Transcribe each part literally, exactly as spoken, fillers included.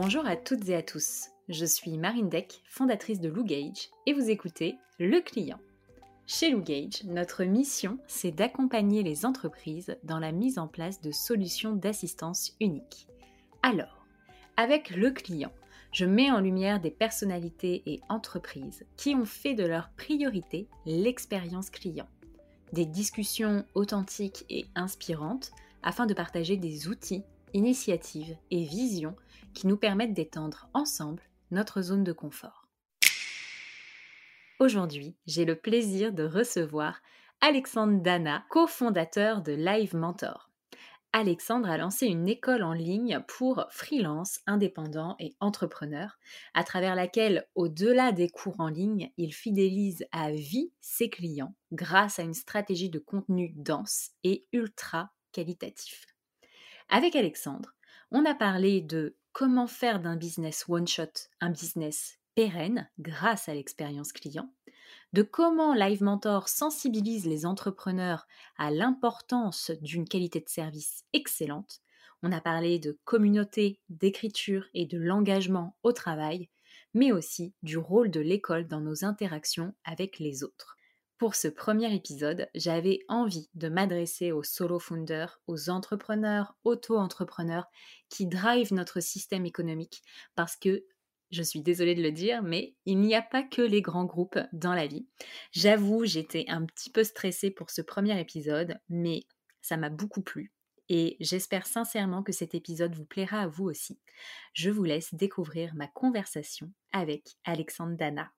Bonjour à toutes et à tous, je suis Marine Deck, fondatrice de Lougage, et vous écoutez Le Client. Chez Lougage, notre mission, c'est d'accompagner les entreprises dans la mise en place de solutions d'assistance uniques. Alors, avec Le Client, je mets en lumière des personnalités et entreprises qui ont fait de leur priorité l'expérience client. Des discussions authentiques et inspirantes afin de partager des outils, initiatives et visions qui nous permettent d'étendre ensemble notre zone de confort. Aujourd'hui, j'ai le plaisir de recevoir Alexandre Dana, cofondateur de Live Mentor. Alexandre a lancé une école en ligne pour freelance, indépendants et entrepreneurs, à travers laquelle, au-delà des cours en ligne, il fidélise à vie ses clients grâce à une stratégie de contenu dense et ultra qualitatif. Avec Alexandre, on a parlé de comment faire d'un business one-shot un business pérenne grâce à l'expérience client, de comment Live Mentor sensibilise les entrepreneurs à l'importance d'une qualité de service excellente. On a parlé de communauté, d'écriture et de l'engagement au travail, mais aussi du rôle de l'école dans nos interactions avec les autres. Pour ce premier épisode, j'avais envie de m'adresser aux solo founders, aux entrepreneurs, auto-entrepreneurs qui drivent notre système économique parce que, je suis désolée de le dire, mais il n'y a pas que les grands groupes dans la vie. J'avoue, j'étais un petit peu stressée pour ce premier épisode, mais ça m'a beaucoup plu et j'espère sincèrement que cet épisode vous plaira à vous aussi. Je vous laisse découvrir ma conversation avec Alexandre Dana.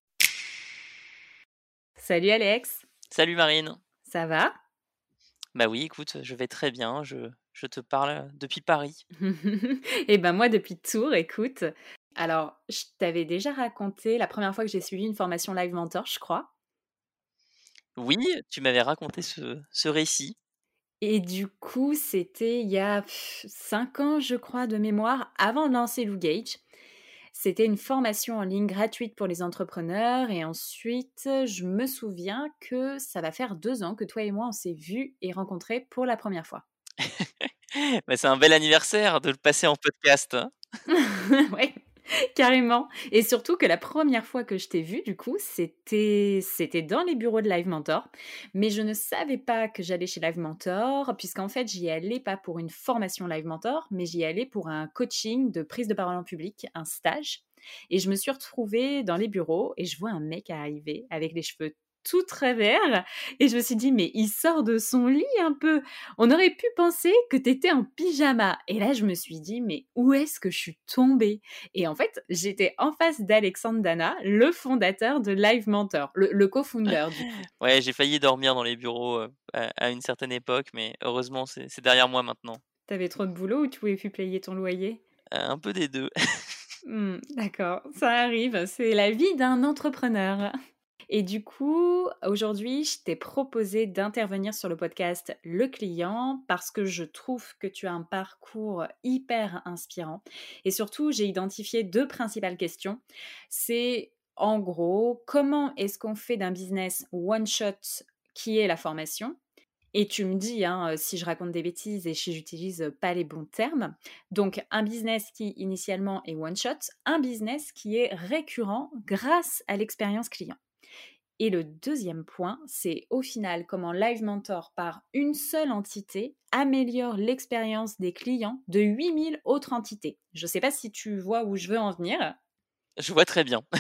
Salut Alex! Salut Marine. Ça va? Bah oui, écoute, je vais très bien, je, je te parle depuis Paris. Et ben moi depuis Tours, écoute. Alors, je t'avais déjà raconté la première fois que j'ai suivi une formation Live Mentor, je crois. Oui, tu m'avais raconté ce, ce récit. Et du coup, c'était il y a cinq ans, je crois, de mémoire, avant de lancer Lougage. C'était une formation en ligne gratuite pour les entrepreneurs. Et ensuite, je me souviens que ça va faire deux ans que toi et moi, on s'est vus et rencontrés pour la première fois. Bah, c'est un bel anniversaire de le passer en podcast, hein. Ouais, carrément. Et surtout que la première fois que je t'ai vue, du coup, c'était c'était dans les bureaux de Live Mentor. Mais je ne savais pas que j'allais chez Live Mentor, puisqu'en fait, j'y allais pas pour une formation Live Mentor, mais j'y allais pour un coaching de prise de parole en public, un stage. Et je me suis retrouvée dans les bureaux et je vois un mec arriver avec les cheveux tout travers. Et je me suis dit, mais il sort de son lit un peu. On aurait pu penser que t'étais en pyjama. Et là, je me suis dit, mais où est-ce que je suis tombée? Et en fait, j'étais en face d'Alexandre Dana, le fondateur de Live Mentor, le, le co-founder du coup. Ouais, j'ai failli dormir dans les bureaux euh, à, à une certaine époque, mais heureusement, c'est c'est derrière moi maintenant. T'avais trop de boulot ou tu pouvais plus payer ton loyer? Euh, un peu des deux. Hmm, d'accord, ça arrive, c'est la vie d'un entrepreneur. Et du coup, aujourd'hui, je t'ai proposé d'intervenir sur le podcast Le Client parce que je trouve que tu as un parcours hyper inspirant. Et surtout, j'ai identifié deux principales questions. C'est en gros, comment est-ce qu'on fait d'un business one-shot qui est la formation? Et tu me dis hein, si je raconte des bêtises et si j'utilise pas les bons termes. Donc, un business qui initialement est one-shot, un business qui est récurrent grâce à l'expérience client. Et le deuxième point, c'est au final comment Live Mentor par une seule entité améliore l'expérience des clients de huit mille autres entités. Je ne sais pas si tu vois où je veux en venir. Je vois très bien.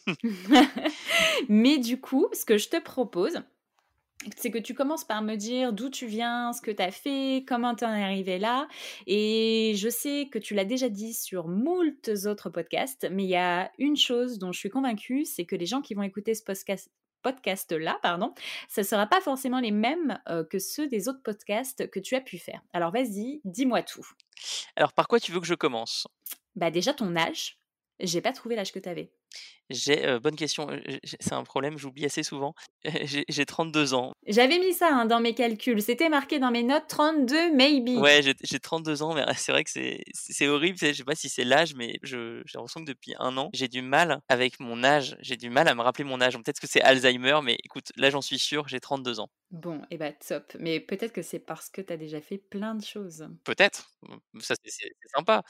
Mais du coup, ce que je te propose, c'est que tu commences par me dire d'où tu viens, ce que tu as fait, comment tu en es arrivé là. Et je sais que tu l'as déjà dit sur moult autres podcasts, mais il y a une chose dont je suis convaincue, c'est que les gens qui vont écouter ce podcast, podcast-là, pardon, ça ne sera pas forcément les mêmes euh, que ceux des autres podcasts que tu as pu faire. Alors vas-y, dis-moi tout. Alors, par quoi tu veux que je commence? Bah déjà ton âge, j'ai pas trouvé l'âge que tu avais. J'ai euh, bonne question. euh, j'ai- C'est un problème, j'oublie assez souvent. J'ai j'ai trente-deux ans. J'avais mis ça hein, dans mes calculs, c'était marqué dans mes notes trente-deux maybe. Ouais, j'ai j'ai trente-deux ans, mais c'est vrai que c'est c'est c'est horrible, tu sais, je sais pas si c'est l'âge, mais je j'ai l'impression que depuis un an, j'ai du mal avec mon âge, j'ai du mal à me rappeler mon âge. Peut-être que c'est Alzheimer, mais écoute, là, j'en suis sûr, j'ai trente-deux ans. Bon, et bah top. Mais peut-être que c'est parce que tu as déjà fait plein de choses. Peut-être, mmh, ça c'est c'est c'est sympa.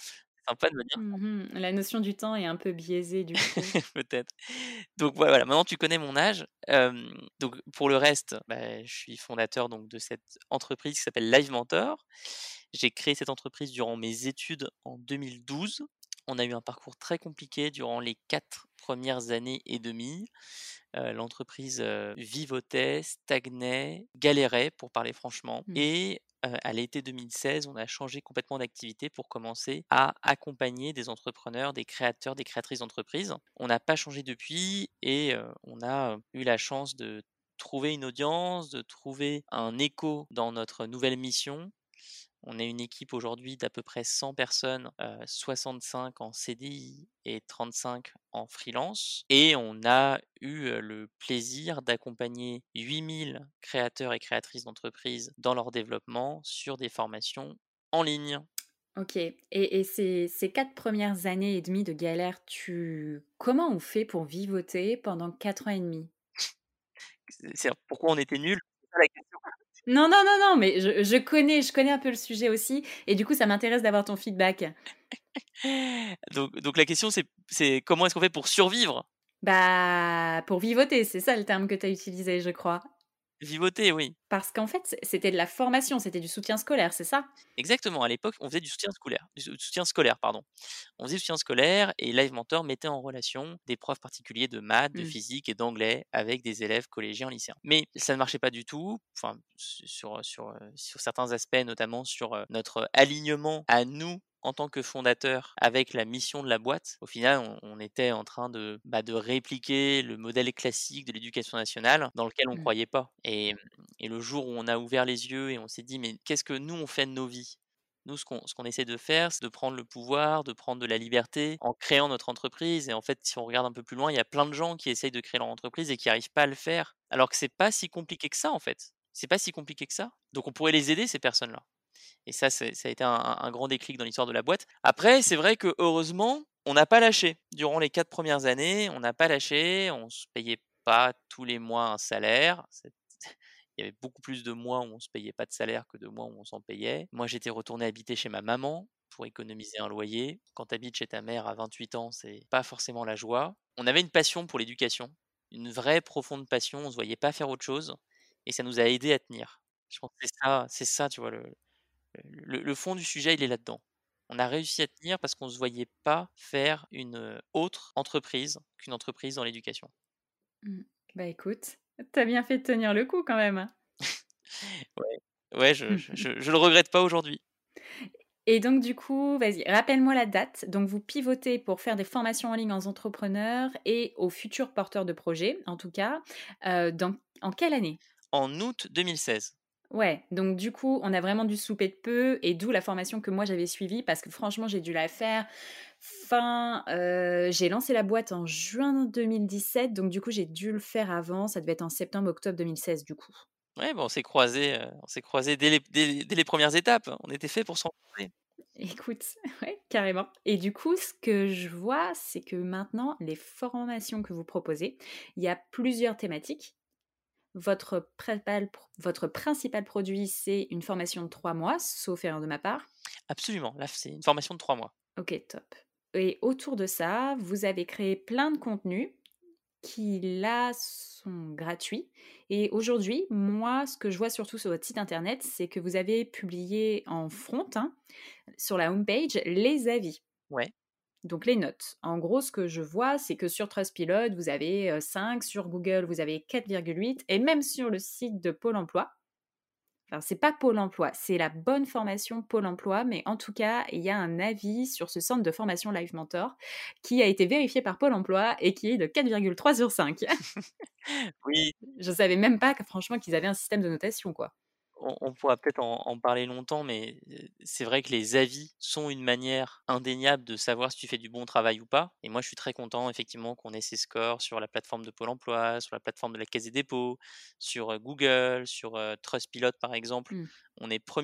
sympa de me dire ça. Mmh mh. La notion du temps est un peu biaisée du coup. Peut-être. Donc voi voilà, maintenant tu connais mon âge. Hem, donc pour le reste, bah, je suis fondateur donc de cette entreprise qui s'appelle Live Mentor. J'ai créé cette entreprise durant mes études en deux mille douze. On a eu un parcours très compliqué durant les quatre premières années et demie. Heu, l'entreprise, heu, vivotait, stagnait, galérait pour parler franchement Mmh. et heu, à l'été deux mille seize, on a changé complètement d'activité pour commencer à accompagner des entrepreneurs, des créateurs, des créatrices d'entreprises. On n'a pas changé depuis et heu, on a, heu, eu la chance de trouver une audience, de trouver un écho dans notre nouvelle mission. On est une équipe aujourd'hui d'à peu près cent personnes, heu, soixante-cinq en C D I et trente-cinq en freelance et on a eu, heu, le plaisir d'accompagner huit mille créateurs et créatrices d'entreprises dans leur développement sur des formations en ligne. OK et et ces ces quatre premières années et demie de galère, tu comment on fait pour vivoter pendant quatre ans et demi? C'est c'est pourquoi on était nuls? C'est ça la question? Non, non, non, non, mais je je connais je connais un peu le sujet aussi et du coup, ça m'intéresse d'avoir ton feedback. Donc donc la question c'est c'est comment est-ce qu'on fait pour survivre? Bah, pour vivoter, c'est ça le terme que tu as utilisé, je crois. Vivoter, oui. Parce qu'en fait, c c'était de la formation, c'était du soutien scolaire, c'est ça? Exactement, à l'époque, on faisait du soutien scolaire du sou soutien scolaire, pardon. On faisait du soutien scolaire et Live Mentor mettait en relation des profs particuliers de maths, de Mmh. physique et d'anglais avec des élèves collégiens, lycéens. Mais ça ne marchait pas du tout, enfin su sur, sur, heu, sur certains aspects, notamment sur, heu, notre alignement à nous en tant que fondateurs avec la mission de la boîte. Au final, on on était en train de, bah, de répliquer le modèle classique de l'éducation nationale dans lequel on Mmh. croyait pas et mmh et le jour où on a ouvert les yeux et on s'est dit: «Mais qu'est-ce que nous on fait de nos vies?» Nous, ce qu'on ce qu'on essaie de faire, c'est de prendre le pouvoir, de prendre de la liberté en créant notre entreprise et en fait, si on regarde un peu plus loin, il y a plein de gens qui essayent de créer leur entreprise et qui arrivent pas à le faire. Alors que c'est pas si compliqué que ça, en fait. C'est pas si compliqué que ça. Donc on pourrait les aider ces personnes-là et ça, c'est ça a été un un un grand déclic dans l'histoire de la boîte. Après, c'est vrai que heureusement, on n'a pas lâché. Durant les quatre premières années, on n'a pas lâché, on se payait pas tous les mois un salaire. C'est il y avait beaucoup plus de mois où on se payait pas de salaire que de mois où on s'en payait. Moi, j'étais retourné habiter chez ma maman pour économiser un loyer. Quand tu habites chez ta mère à vingt-huit ans, c'est pas forcément la joie. On avait une passion pour l'éducation, une vraie profonde passion, on se voyait pas faire autre chose et ça nous a aidés à tenir. Je pense que c'est ça c'est ça, tu vois, le le le fond du sujet, il est là-dedans. On a réussi à tenir parce qu'on se voyait pas faire une, heu, autre entreprise qu'une entreprise dans l'éducation. Mmh. Bah, écoute, tu as bien fait de tenir le coup quand même. Ouais, ouais, je je je je le regrette pas aujourd'hui. Et donc du coup, vas-y, rappelle-moi la date. Donc vous pivotez pour faire des formations en ligne aux entrepreneurs et aux futurs porteurs de projets, en tout cas, heu, dans en quelle année? En août deux mille seize. Ouais, donc du coup, on a vraiment dû souper de peu et d'où la formation que moi j'avais suivie parce que franchement, j'ai dû la faire fin, heu, j'ai lancé la boîte en juin deux mille dix-sept, donc du coup, j'ai dû le faire avant, ça devait être en septembre-octobre deux mille seize du coup. Ouais, bah, on s'est croisés, heu, on s'est croisés dès les dès dès les premières étapes. On était faits pour se rencontrer. Écoute, ouais, carrément. Et du coup, ce que je vois, c'est que maintenant, les formations que vous proposez, il y a plusieurs thématiques. Votre prépal votre principal produit, c'est une formation de trois mois, sauf erreur de ma part. Absolument, là, c'est une formation de trois mois. OK, top. Et autour de ça, vous avez créé plein de contenus qui, là, sont gratuits. Et aujourd'hui, moi, ce que je vois surtout sur votre site internet, c'est que vous avez publié en front, hein, sur la homepage, les avis. Ouais. Donc les notes. En gros, ce que je vois, c'est que sur Trustpilot, vous avez euh, cinq, sur Google, vous avez quatre virgule huit, et même sur le site de Pôle emploi. Enfin, c'est pas Pôle emploi, c'est la bonne formation Pôle emploi, mais en tout cas, il y a un avis sur ce centre de formation Live Mentor qui a été vérifié par Pôle emploi et qui est de quatre virgule trois sur cinq. Oui, Je savais même pas que franchement qu'ils avaient un système de notation, quoi. on on pourra peut-être en en parler longtemps, mais heu, c'est vrai que les avis sont une manière indéniable de savoir si tu fais du bon travail ou pas et moi, je suis très content effectivement qu'on ait ces scores sur la plateforme de Pôle emploi, sur la plateforme de la Caisse des dépôts, sur, heu, Google, sur, heu, Trustpilot par exemple. Mmh. On est premier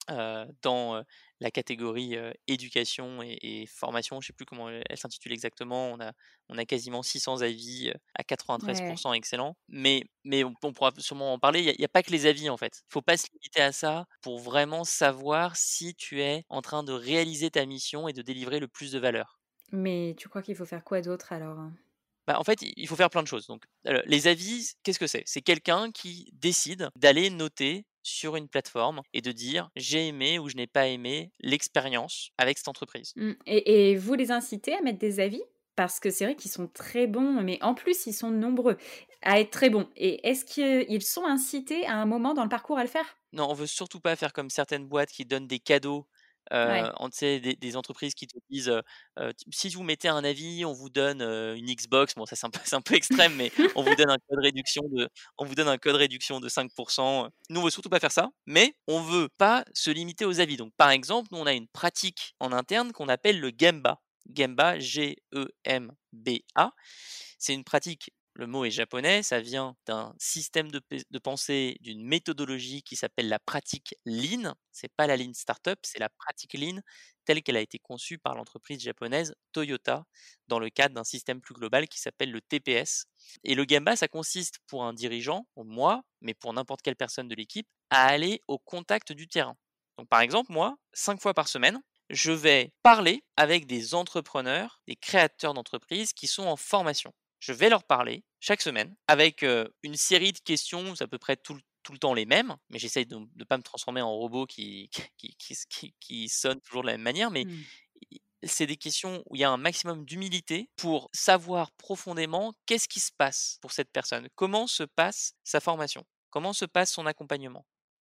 heu, dans, heu, la catégorie, heu, éducation et et formation. Je sais plus comment elle elle s'intitule exactement. On a on a quasiment six cents avis, heu, à quatre-vingt-treize Ouais. excellents. Mais mais on on pourra sûrement en parler. Il y a il y a pas que les avis, en fait. Faut pas se limiter à ça pour vraiment savoir si tu es en train de réaliser ta mission et de délivrer le plus de valeur. Mais tu crois qu'il faut faire quoi d'autre alors? Bah, en fait, il il faut faire plein de choses. Donc, heu, les avis, qu'est-ce que c'est? C'est quelqu'un qui décide d'aller noter sur une plateforme et de dire: «J'ai aimé ou je n'ai pas aimé l'expérience avec cette entreprise». Mmh et et vous les incitez à mettre des avis? Parce que c'est vrai qu'ils sont très bons, mais en plus, ils sont nombreux à être très bons et est-ce qu'ils sont incités à un moment dans le parcours à le faire? Non, on veut surtout pas faire comme certaines boîtes qui donnent des cadeaux, heu, Ouais. en tu sais, des des entreprises qui te disent, heu heu: «T si vous mettez un avis, on vous donne, heu, une Xbox». Bon, ça, c'est un peu c'est un peu extrême, mais on vous donne un code réduction de on vous donne un code réduction de cinq pour cent. Nous, on veut surtout pas faire ça, mais on veut pas se limiter aux avis. Donc, par exemple, nous, on a une pratique en interne qu'on appelle le Gemba. Gemba, G E M B A. C'est une pratique, le mot est japonais, ça vient d'un système de pes de pensée, d'une méthodologie qui s'appelle la pratique Lean. C'est pas la Lean Startup, c'est la pratique Lean telle qu'elle a été conçue par l'entreprise japonaise Toyota dans le cadre d'un système plus global qui s'appelle le T P S. Et le Gemba, ça consiste pour un dirigeant, pour moi, mais pour n'importe quelle personne de l'équipe, à aller au contact du terrain. Donc par exemple, moi, cinq fois par semaine, je vais parler avec des entrepreneurs, des créateurs d'entreprises qui sont en formation. Je vais leur parler chaque semaine avec, heu, une série de questions, c'est à peu près tout le tout le temps les mêmes, mais j'essaye de ne pas me transformer en robot qui qui qui s qui qui sonne toujours de la même manière, mais Mmh. i c'est des questions où il y a un maximum d'humilité pour savoir profondément qu'est-ce qui se passe pour cette personne? Comment se passe sa formation? Comment se passe son accompagnement?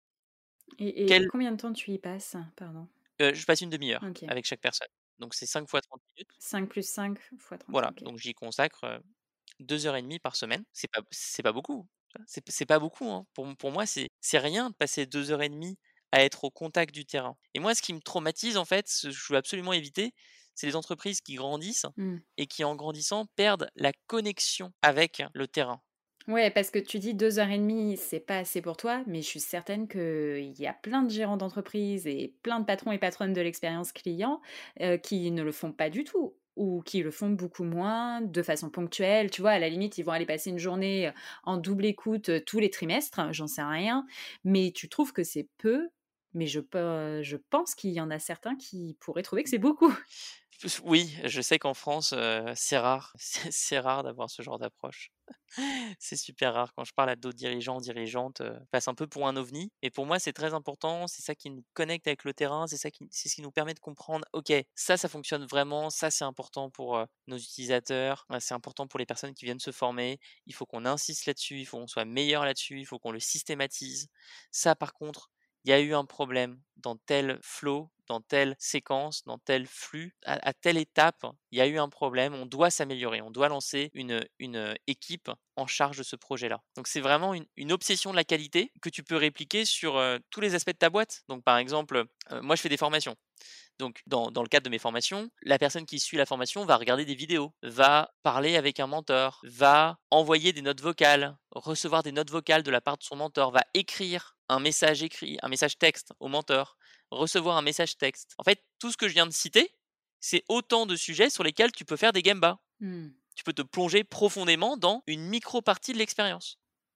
Et et Quel combien de temps tu y passes? Pardon. heu, je passe une demi heure OK. avec chaque personne, donc c'est cinq fois trente minutes. cinq plus cinq fois trente. Voilà, OK. donc j'y consacre, heu, deux heures et demie par semaine. C'est pas c'est pas beaucoup, tu vois? C'est c'est pas beaucoup, hein. Pour m pour moi, c'est c'est rien de passer deux heures et demie à être au contact du terrain. Et moi, ce qui me traumatise, en fait, ce que je veux absolument éviter, c'est les entreprises qui grandissent Mmh. et qui, en grandissant, perdent la connexion avec le terrain. Ouais, parce que tu dis deux heures et demie, c'est pas assez pour toi, mais je suis certaine qu'il y a plein de gérants d'entreprise et plein de patrons et patronnes de l'expérience client, heu, qui ne le font pas du tout ou qui le font beaucoup moins, de façon ponctuelle. Tu vois, à la limite, ils vont aller passer une journée, heu, en double écoute, heu, tous les trimestres, j'en sais rien. Mais tu trouves que c'est peu, mais je pe je pense qu'il y en a certains qui pourraient trouver que c'est beaucoup. Oui, je sais qu'en France, heu, c'est rare, c'est c'est rare d'avoir ce genre d'approche. C'est super rare. Quand je parle à d'autres dirigeants, dirigeantes, heu, je passe un peu pour un ovni. Et pour moi, c'est très important. C'est ça qui nous connecte avec le terrain. C'est ça qui c'est ce qui nous permet de comprendre: «OK, ça, ça fonctionne vraiment. Ça, c'est important pour, heu, nos utilisateurs. Ouais, c'est important pour les personnes qui viennent se former. Il faut qu'on insiste là-dessus. Il faut qu'on soit meilleur là-dessus. Il faut qu'on le systématise. Ça, par contre, il y a eu un problème dans tel flow, dans telle séquence, dans tel flux, à à telle étape, il y a eu un problème, on doit s'améliorer, on doit lancer une, une, heu, équipe en charge de ce projet-là». Donc c'est vraiment une une obsession de la qualité que tu peux répliquer sur, heu, tous les aspects de ta boîte. Donc par exemple, heu, moi je fais des formations. Donc dans dans le cadre de mes formations, la personne qui suit la formation va regarder des vidéos, va parler avec un mentor, va envoyer des notes vocales, recevoir des notes vocales de la part de son mentor, va écrire un message écrit, un message texte au mentor, recevoir un message texte. En fait, tout ce que je viens de citer, c'est autant de sujets sur lesquels tu peux faire des gembas. Mmh, Tu peux te plonger profondément dans une micro partie de l'expérience.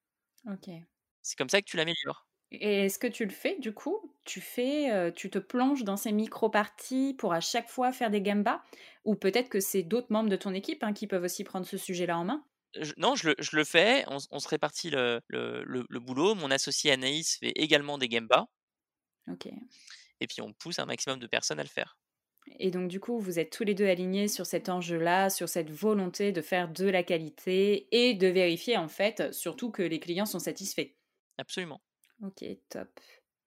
OK. C'est comme ça que tu l'améliores. Et est-ce que tu le fais du coup? Tu fais, heu, tu te plonges dans ces micro-parties pour à chaque fois faire des gembas? Ou peut-être que c'est d'autres membres de ton équipe, hein, qui peuvent aussi prendre ce sujet-là en main? Je non, je le je le fais, on s on se répartit le le le le boulot. Mon associé Anaïs fait également des gembas OK. et puis on pousse un maximum de personnes à le faire. Et donc du coup, vous êtes tous les deux alignés sur cet enjeu-là, sur cette volonté de faire de la qualité et de vérifier en fait, surtout que les clients sont satisfaits? Absolument. OK, top.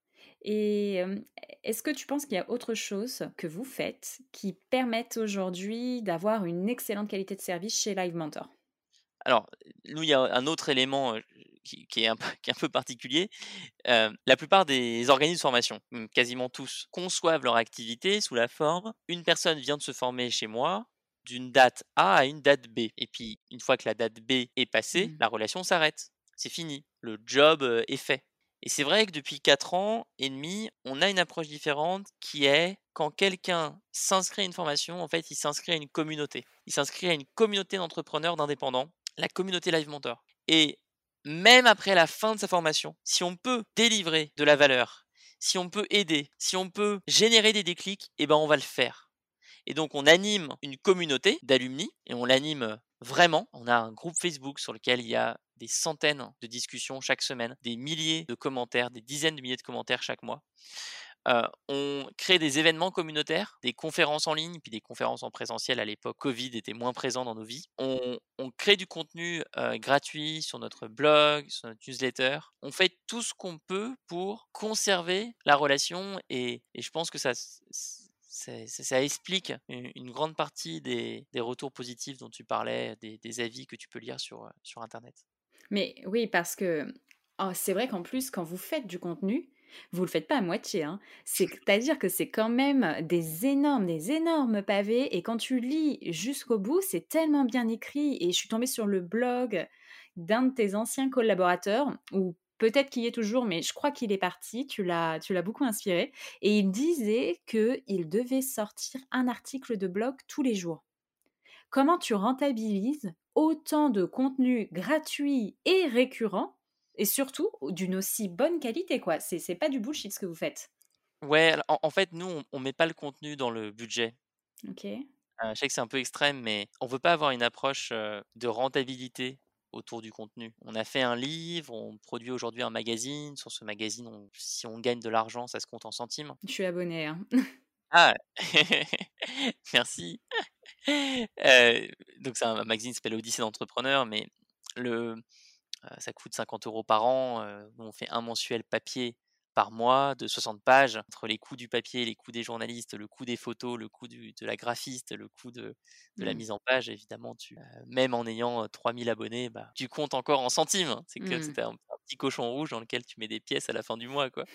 Et hem, est-ce que tu penses qu'il y a autre chose que vous faites qui permettent aujourd'hui d'avoir une excellente qualité de service chez Live Mentor? Alors, nous, il y a un autre élément, heu, qui qui est un peu qui est un peu particulier. Heu, la plupart des organismes de formation, mmh, quasiment tous, conçoivent leur activité sous la forme: une personne vient de se former chez moi, d'une date A à une date B et puis une fois que la date B est passée, Mmh. la relation s'arrête. C'est fini, le job, heu, est fait. Et c'est vrai que depuis quatre ans et demi, on a une approche différente qui est quand quelqu'un s'inscrit à une formation, en fait, il s'inscrit à une communauté. Il s'inscrit à une communauté d'entrepreneurs, d'indépendants, la communauté Live Mentor. Et même après la fin de sa formation, si on peut délivrer de la valeur, si on peut aider, si on peut générer des déclics, eh ben on va le faire. Et donc on anime une communauté d'alumni et on l'anime vraiment. On a un groupe Facebook sur lequel il y a des centaines de discussions chaque semaine, des milliers de commentaires, des dizaines de milliers de commentaires chaque mois. Heu, on crée des événements communautaires, des conférences en ligne, puis des conférences en présentiel à l'époque. Covid était moins présent dans nos vies. On on crée du contenu, heu, gratuit sur notre blog, sur notre newsletter. On fait tout ce qu'on peut pour conserver la relation et et je pense que ça s s c'est ça ça explique u une grande partie des des retours positifs dont tu parlais, des des avis que tu peux lire sur, heu, sur internet. Mais oui, parce que, oh, c'est vrai qu'en plus, quand vous faites du contenu, vous le faites pas à moitié, hein. C'est-à-dire que c'est quand même des énormes, des énormes pavés et quand tu lis jusqu'au bout, c'est tellement bien écrit et je suis tombée sur le blog d'un de tes anciens collaborateurs ou peut-être qu'il y est toujours, mais je crois qu'il est parti, tu l'as tu l'as beaucoup inspiré et il disait qu'il devait sortir un article de blog tous les jours. Comment tu rentabilises autant de contenu gratuit et récurrent et surtout d'une aussi bonne qualité, quoi? C'est c'est pas du bullshit ce que vous faites. Ouais, alors en en fait, nous, on on met pas le contenu dans le budget. OK. Heu, je sais que c'est un peu extrême, mais on veut pas avoir une approche, heu, de rentabilité autour du contenu. On a fait un livre, on produit aujourd'hui un magazine. Sur ce magazine, on si on gagne de l'argent, ça se compte en centimes. Je suis abonnée, hein. Ah! Merci. Heu, donc c'est un magazine qui s'appelle Odyssée d'entrepreneur, mais le Heu, ça coûte cinquante euros par an, heu, nous on fait un mensuel papier par mois de soixante pages. Entre les coûts du papier, les coûts des journalistes, le coût des photos, le coût du de la graphiste, le coût de de la Mmh. mise en page, évidemment tu heu, même en ayant, heu, trois mille abonnés, bah, tu comptes encore en centimes, hein. C'est que Mmh. c'était un un petit cochon rouge dans lequel tu mets des pièces à la fin du mois, quoi.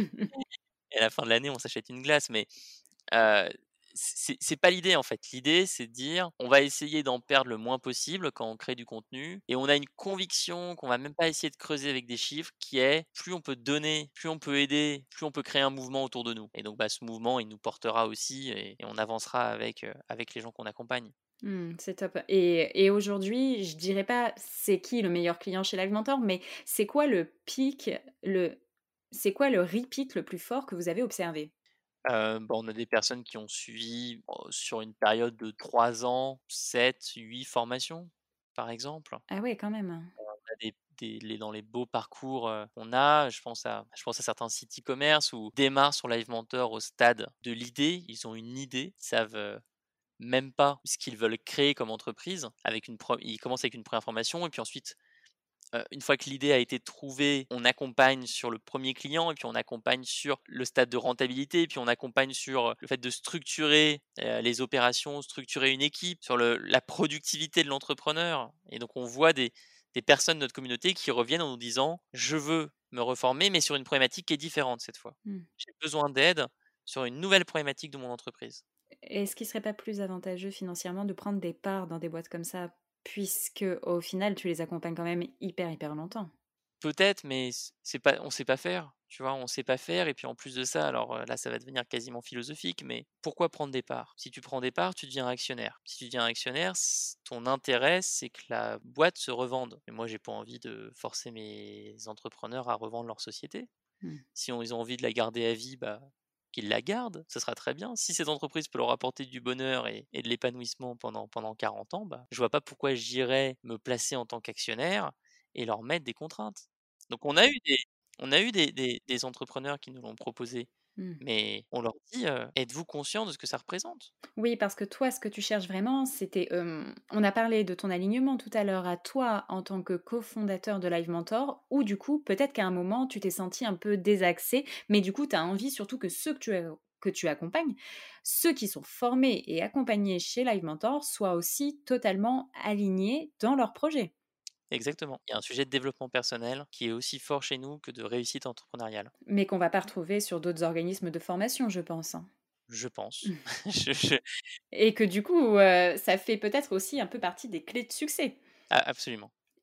Et à la fin de l'année, on s'achète une glace, mais Heu, c'est c'est pas l'idée en fait. L'idée, c'est de dire: «On va essayer d'en perdre le moins possible quand on crée du contenu» et on a une conviction qu'on va même pas essayer de creuser avec des chiffres qui est: plus on peut donner, plus on peut aider, plus on peut créer un mouvement autour de nous et donc bah, ce mouvement, il nous portera aussi et et on avancera avec, heu, avec les gens qu'on accompagne. Mmh, c'est top et et aujourd'hui, je dirais pas c'est qui le meilleur client chez Live Mentor, mais c'est quoi le pic, le c'est quoi le repeat le plus fort que vous avez observé? Heu, bah, on a des personnes qui ont suivi, oh, sur une période de trois ans, sept, huit formations, par exemple. Ah ouais, quand même. On a des des les dans les beaux parcours, heu, qu'on a, je pense à je pense à certains sites e-commerce où ils démarrent sur Live Mentor au stade de l'idée. Ils ont une idée, ils savent, heu, même pas ce qu'ils veulent créer comme entreprise. Avec une pre Ils commencent avec une première formation et puis ensuite, heu, une fois que l'idée a été trouvée, on accompagne sur le premier client et puis on accompagne sur le stade de rentabilité et puis on accompagne sur, heu, le fait de structurer, heu, les opérations, structurer une équipe, sur le la productivité de l'entrepreneur et donc on voit des des personnes de notre communauté qui reviennent en nous disant: «Je veux me reformer, mais sur une problématique qui est différente cette fois. Mmh. J'ai besoin d'aide sur une nouvelle problématique de mon entreprise». Est-ce qu'il serait pas plus avantageux financièrement de prendre des parts dans des boîtes comme ça? Puisque au final, tu les accompagnes quand même hyper, hyper longtemps. Peut-être, mais c c'est pas on sait pas faire, tu vois? On sait pas faire et puis en plus de ça, alors, heu, là, ça va devenir quasiment philosophique, mais pourquoi prendre des parts? Si tu prends des parts, tu deviens actionnaire. Si tu deviens actionnaire, s ton intérêt, c'est que la boîte se revende et moi, j'ai pas envie de forcer mes entrepreneurs à revendre leur société. Mmh. Si on ils ont envie de la garder à vie, bah, qu'ils la gardent, ce sera très bien. Si cette entreprise peut leur apporter du bonheur et et de l'épanouissement pendant pendant quarante ans, bah, je vois pas pourquoi j'irais me placer en tant qu'actionnaire et leur mettre des contraintes. Donc on a eu des on a eu des des des entrepreneurs qui nous l'ont proposé, Mmh. mais on leur dit, heu: «Êtes-vous conscients de ce que ça représente?» Oui, parce que toi, ce que tu cherches vraiment, c'était, hem, on a parlé de ton alignement tout à l'heure à toi en tant que cofondateur de Live Mentor, ou du coup, peut-être qu'à un moment, tu t'es senti un peu désaxé, mais du coup, tu as envie surtout que ceux que tu a que tu accompagnes, ceux qui sont formés et accompagnés chez Live Mentor soient aussi totalement alignés dans leur projet. Exactement. Il y a un sujet de développement personnel qui est aussi fort chez nous que de réussite entrepreneuriale, Mais qu'on va pas retrouver sur d'autres organismes de formation, je pense, hein. je pense. Je je Et que du coup, heu, ça fait peut-être aussi un peu partie des clés de succès. a absolument.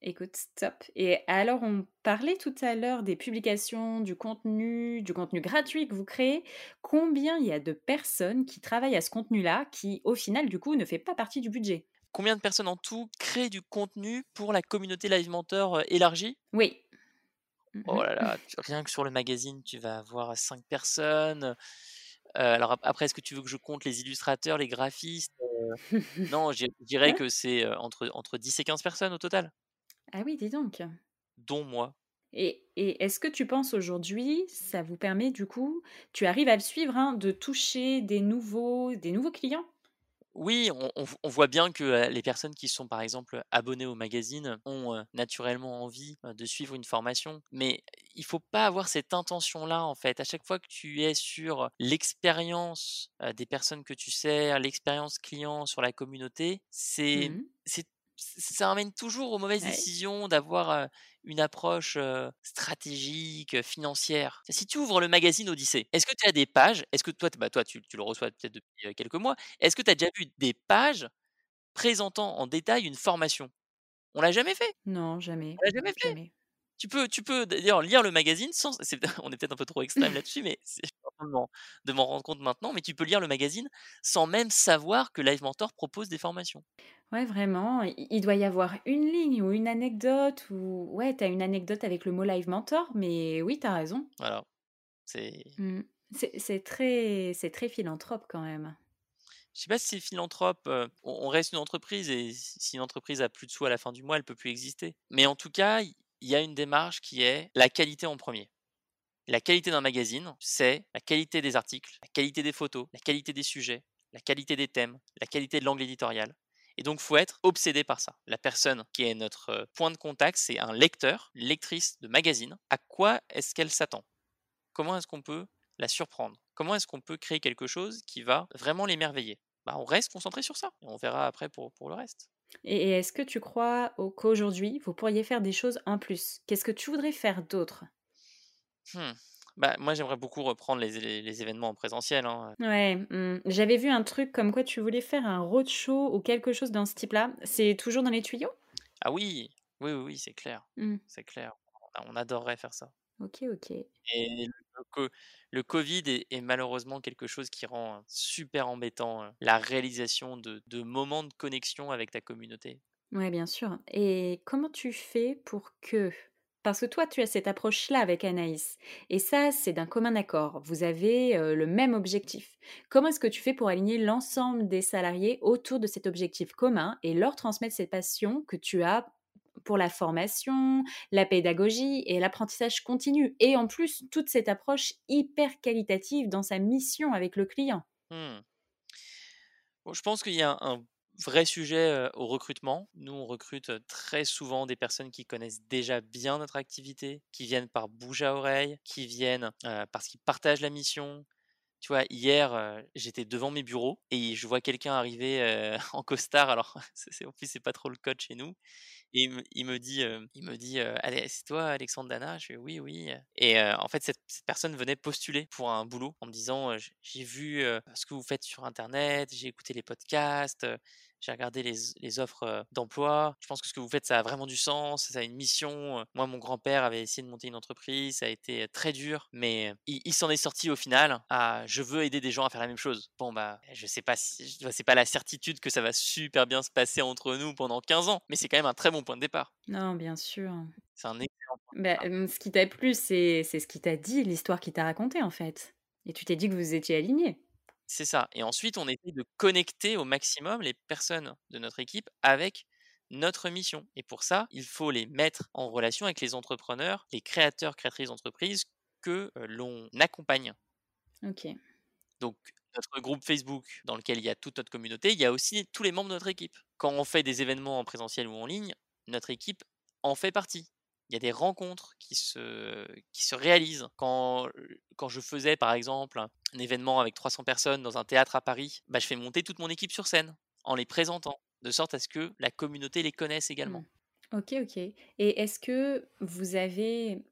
Écoute, top. Et alors, on parlait tout à l'heure des publications, du contenu, du contenu gratuit que vous créez. Combien il y a de personnes qui travaillent à ce contenu-là, qui, au final, du coup, ne fait pas partie du budget? Combien de personnes en tout créent du contenu pour la communauté Live Mentor, heu, élargie? Oui. Oh Mmh. là là, tu rien que sur le magazine, tu vas avoir cinq personnes, heu, alors ap après est-ce que tu veux que je compte les illustrateurs, les graphistes? Heu, non, je je dirais que c'est, heu, entre entre dix et quinze personnes au total, Ah oui, dis donc. dont moi. Et et est-ce que tu penses aujourd'hui, ça vous permet du coup, tu arrives à le suivre, hein, de toucher des nouveaux des nouveaux clients? Oui, on on v on voit bien que, heu, les personnes qui sont, par exemple, abonnées au magazine ont, heu, naturellement envie, heu, de suivre une formation. Mais il faut pas avoir cette intention-là, en fait. À chaque fois que tu es sur l'expérience, heu, des personnes que tu sers, l'expérience client sur la communauté, c'est Mmh. c'est ça amène toujours aux mauvaises Ouais. décisions d'avoir, heu, une approche, heu, stratégique, heu, financière. Si tu ouvres le magazine Odyssée, est-ce que tu as des pages? Est-ce que toi t bah, toi, tu tu le reçois peut-être depuis, heu, quelques mois. Est-ce que tu as déjà vu des pages présentant en détail une formation? On l'a jamais fait, Non, jamais, on l'a jamais fait. jamais. Tu peux tu peux d'ailleurs lire le magazine sans c'est on est peut-être un peu trop extrême là-dessus, mais c'est je suis en train de m'en de m'en rendre compte maintenant, mais tu peux lire le magazine sans même savoir que Live Mentor propose des formations. Ouais, vraiment, i il doit y avoir une ligne ou une anecdote ou ouais, tu as une anecdote avec le mot Live Mentor, mais oui, tu as raison. Voilà, c'est Mmh. C'est c'est très c'est très philanthrope quand même. je sais pas si c'est philanthrope, heu, on on reste une entreprise et si si une entreprise a plus de sous à la fin du mois, elle peut plus exister. Mais en tout cas, il il y a une démarche qui est la qualité en premier. La qualité d'un magazine, c'est la qualité des articles, la qualité des photos, la qualité des sujets, la qualité des thèmes, la qualité de l'angle éditorial. Et donc, faut être obsédé par ça. La personne qui est notre euh, point de contact, c'est un lecteur, une lectrice de magazine. À quoi est-ce qu'elle s'attend? Comment est-ce qu'on peut la surprendre? Comment est-ce qu'on peut créer quelque chose qui va vraiment l'émerveiller? Bah, on reste concentré sur ça et on verra après pour, pour le reste. Et et est-ce que tu crois au qu'aujourd'hui, vous pourriez faire des choses en plus? Qu'est-ce que tu voudrais faire d'autre? Hmm. Bah, moi, j'aimerais beaucoup reprendre les, les- les événements en présentiel, hein. Ouais, mmh, j'avais vu un truc comme quoi tu voulais faire un roadshow ou quelque chose dans ce type-là. C'est toujours dans les tuyaux? Ah oui, oui, oui, oui, c'est clair, Mmh. c'est clair. On on adorerait faire ça. OK, OK. Et le co le covid est est malheureusement quelque chose qui rend, heu, super embêtant, heu, la réalisation de de moments de connexion avec ta communauté. Ouais, bien sûr. Et comment tu fais pour que parce que toi, tu as cette approche-là avec Anaïs et ça, c'est d'un commun accord. Vous avez, heu, le même objectif. Comment est-ce que tu fais pour aligner l'ensemble des salariés autour de cet objectif commun et leur transmettre cette passion que tu as pour la formation, la pédagogie et l'apprentissage continu? Et en plus, toute cette approche hyper qualitative dans sa mission avec le client? Mmh. Bon, je pense qu'il y a un vrai sujet, heu, au recrutement. Nous, on recrute, heu, très souvent des personnes qui connaissent déjà bien notre activité, qui viennent par bouche à oreille, qui viennent, heu, parce qu'ils partagent la mission. Tu vois, hier, heu, j'étais devant mes bureaux et je vois quelqu'un arriver, heu, en costard. Alors c'est c'est en plus, c'est pas trop le code chez nous. Et il me il me dit, heu, il me dit, heu: «Allez, c'est toi Alexandre Dana?» Je fais: «Oui, oui», et heu, en fait, cette cette personne venait postuler pour un boulot en me disant, heu: «J j'ai vu, heu, ce que vous faites sur internet, j'ai écouté les podcasts, heu, j'ai regardé les les offres, heu, d'emploi. Je pense que ce que vous faites, ça a vraiment du sens, ça a une mission, heu. Moi, mon grand-père avait essayé de monter une entreprise, ça a été, heu, très dur, mais il il s'en est sorti au final à je veux aider des gens à faire la même chose». Bon, bah, je sais pas si je c'est pas la certitude que ça va super bien se passer entre nous pendant quinze ans, mais c'est quand même un très bon point de départ. Non, bien sûr. C'est un excellent point de Bah, départ. hem, ce qui t'a plu, c'est c'est ce qu'il t'a dit, l'histoire qu'il t'a racontée, en fait et tu t'es dit que vous étiez alignés? C'est ça, et ensuite on essaie de connecter au maximum les personnes de notre équipe avec notre mission, et pour ça, il faut les mettre en relation avec les entrepreneurs, les créateurs, créatrices d'entreprises que, heu, l'on accompagne. OK. Donc notre groupe Facebook dans lequel il y a toute notre communauté, il y a aussi tous les membres de notre équipe. Quand on fait des événements en présentiel ou en ligne, notre équipe en fait partie. Il y a des rencontres qui se qui se réalisent. Quand, quand je faisais par exemple un événement avec trois cents personnes dans un théâtre à Paris, bah, je fais monter toute mon équipe sur scène en les présentant, de sorte à ce que la communauté les connaisse Mmh. également. OK, OK et est-ce que vous avez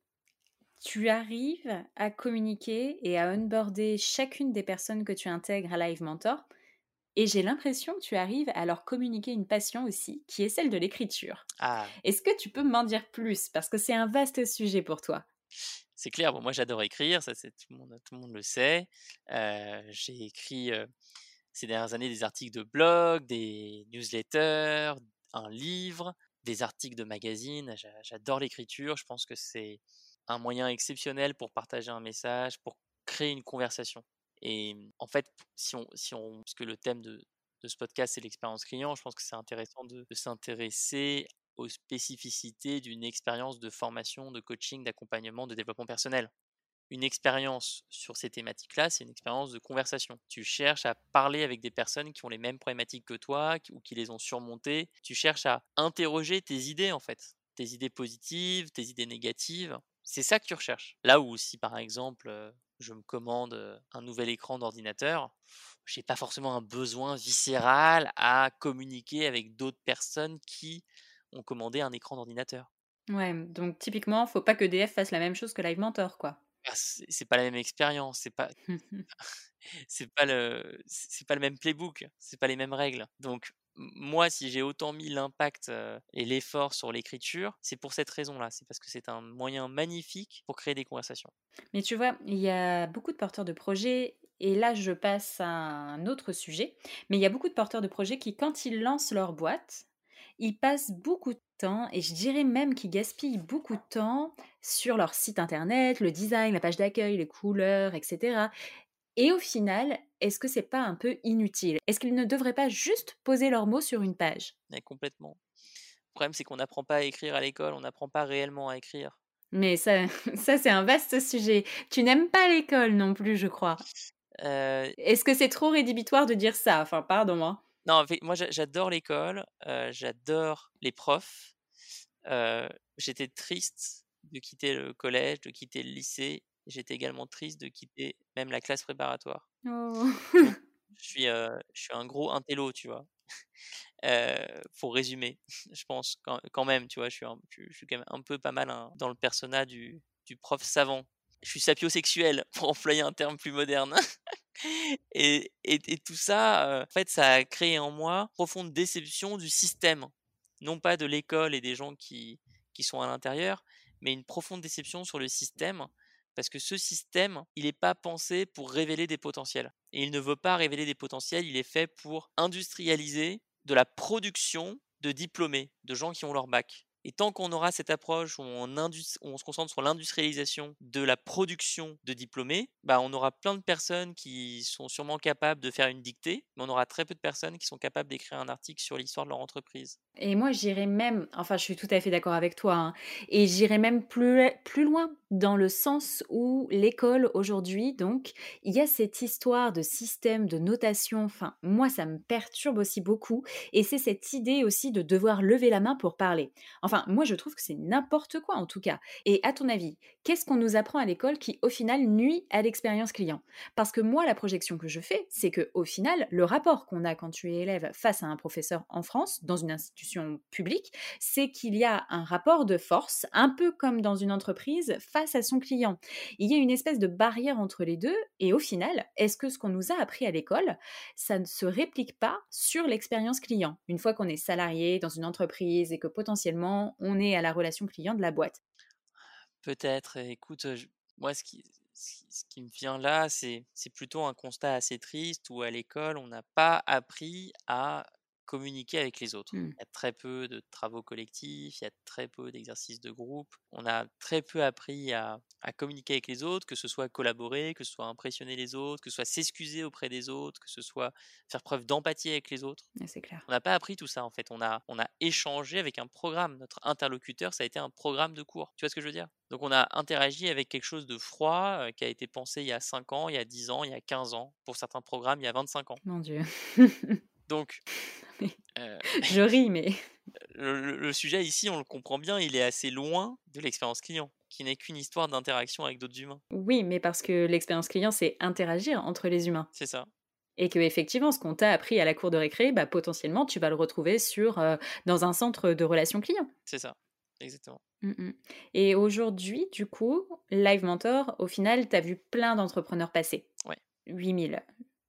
tu arrives à communiquer et à onboarder chacune des personnes que tu intègres à Live Mentor Et j'ai l'impression que tu arrives à leur communiquer une passion aussi, qui est celle de l'écriture. Ah, Est-ce que tu peux m'en dire plus? Parce que c'est un vaste sujet pour toi. c'est clair, bon moi j'adore écrire, ça c'est tout le monde tout le monde le sait. Heu, j'ai écrit, heu, ces dernières années des articles de blog, des newsletters, un livre, des articles de magazines. J'a j'adore l'écriture, je pense que c'est un moyen exceptionnel pour partager un message, pour créer une conversation et mmh, en fait, si on si on puisque le thème de de ce podcast, c'est l'expérience client, je pense que c'est intéressant de de s'intéresser aux spécificités d'une expérience de formation, de coaching, d'accompagnement, de développement personnel. Une expérience sur ces thématiques-là, c'est une expérience de conversation. Tu cherches à parler avec des personnes qui ont les mêmes problématiques que toi qui- ou qui les ont surmontées. Tu cherches à interroger tes idées, en fait, tes idées positives, tes idées négatives. C'est ça que tu recherches. Là où si par exemple euh, je me commande euh, un nouvel écran d'ordinateur, j'ai pas forcément un besoin viscéral à communiquer avec d'autres personnes qui ont commandé un écran d'ordinateur. Ouais, donc typiquement, faut pas que D F fasse la même chose que Live Mentor, quoi. Ah, c'est c'est pas la même expérience, c'est pas c'est pas le c'est pas le même playbook, c'est pas les mêmes règles. Donc m moi, si j'ai autant mis l'impact, heu, et l'effort sur l'écriture, c'est pour cette raison-là. C'est parce que c'est un moyen magnifique pour créer des conversations. Mais tu vois, il y a beaucoup de porteurs de projets, et là je passe à un autre sujet, mais il y a beaucoup de porteurs de projets qui, quand ils lancent leur boîte, ils passent beaucoup de temps, et je dirais même qu'ils gaspillent beaucoup de temps sur leur site internet, le design, la page d'accueil, les couleurs, et cetera. Et au final, est-ce que c'est pas un peu inutile? Est-ce qu'ils ne devraient pas juste poser leurs mots sur une page? Mais complètement. Le problème, c'est qu'on n'apprend pas à écrire à l'école, on n'apprend pas réellement à écrire. Mais ça, ça c'est un vaste sujet. Tu n'aimes pas l'école non plus, je crois. Heu, Est-ce que c'est trop rédhibitoire de dire ça? Enfin, pardon, hein. non, en fait, moi, j'a j'adore l'école, heu, j'adore les profs. Heu, j'étais triste de quitter le collège, de quitter le lycée. J'étais également triste de quitter même la classe préparatoire. Donc Oh. je suis, heu, je suis un gros intello, tu vois? Heu, pour résumer, je pense quand quand même, tu vois? Je suis un je je suis quand même un peu pas mal un dans le persona du du prof savant. Je suis sapiosexuel pour employer un terme plus moderne et et et tout ça, heu, en fait, ça a créé en moi profonde déception du système. Non pas de l'école et des gens qui qui sont à l'intérieur, mais une profonde déception sur le système parce que ce système, il est pas pensé pour révéler des potentiels et il ne veut pas révéler des potentiels, il est fait pour industrialiser de la production de diplômés, de gens qui ont leur bac. Et tant qu'on aura cette approche où on, indus- où on se concentre sur l'industrialisation de la production de diplômés, bah on aura plein de personnes qui sont sûrement capables de faire une dictée, mais on aura très peu de personnes qui sont capables d'écrire un article sur l'histoire de leur entreprise. Et moi, j'irais même, enfin, je suis tout à fait d'accord avec toi, hein, et j'irais même plus, plus loin, dans le sens où l'école aujourd'hui, donc, il y a cette histoire de système de notation, enfin, moi, ça me perturbe aussi beaucoup, et c'est cette idée aussi de devoir lever la main pour parler. Enfin, moi, je trouve que c'est n'importe quoi, en tout cas. Et à ton avis, qu'est-ce qu'on nous apprend à l'école qui, au final, nuit à l'expérience client? Parce que moi, la projection que je fais, c'est que au final, le rapport qu'on a quand tu es élève face à un professeur en France, dans une institution publique, c'est qu'il y a un rapport de force, un peu comme dans une entreprise, face à son client. Il y a une espèce de barrière entre les deux, et au final, est-ce que ce qu'on nous a appris à l'école, ça ne se réplique pas sur l'expérience client, une fois qu'on est salarié dans une entreprise et que potentiellement on est à la relation client de la boîte? Peut-être, et écoute, heu, je moi ce qui ce qui ce qui me vient là, c'est c'est plutôt un constat assez triste où à l'école, on n'a pas appris à communiquer avec les autres. Hmm. Il y a très peu de travaux collectifs, il y a très peu d'exercices de groupe. On a très peu appris à à communiquer avec les autres, que ce soit collaborer, que ce soit impressionner les autres, que ce soit s'excuser auprès des autres, que ce soit faire preuve d'empathie avec les autres. Ah, c'est clair. On n'a pas appris tout ça en fait, on a on a échangé avec un programme. Notre interlocuteur, ça a été un programme de cours. Tu vois ce que je veux dire? Donc on a interagi avec quelque chose de froid, heu, qui a été pensé il y a cinq ans, il y a dix ans, il y a quinze ans, pour certains programmes, il y a vingt-cinq ans. Mon Dieu. Donc heu, Je ris, mais le le le sujet ici, on le comprend bien, il est assez loin de l'expérience client, qui n'est qu'une histoire d'interaction avec d'autres humains. oui, mais parce que l'expérience client, c'est interagir entre les humains. C'est ça, Et que effectivement, ce qu'on t'a appris à la cour de récré, bah, potentiellement, tu vas le retrouver sur, heu, dans un centre de relations clients. c'est ça, exactement. Mmh mh. Et aujourd'hui, du coup, Live Mentor, au final, tu as vu plein d'entrepreneurs passer. Ouais. huit mille.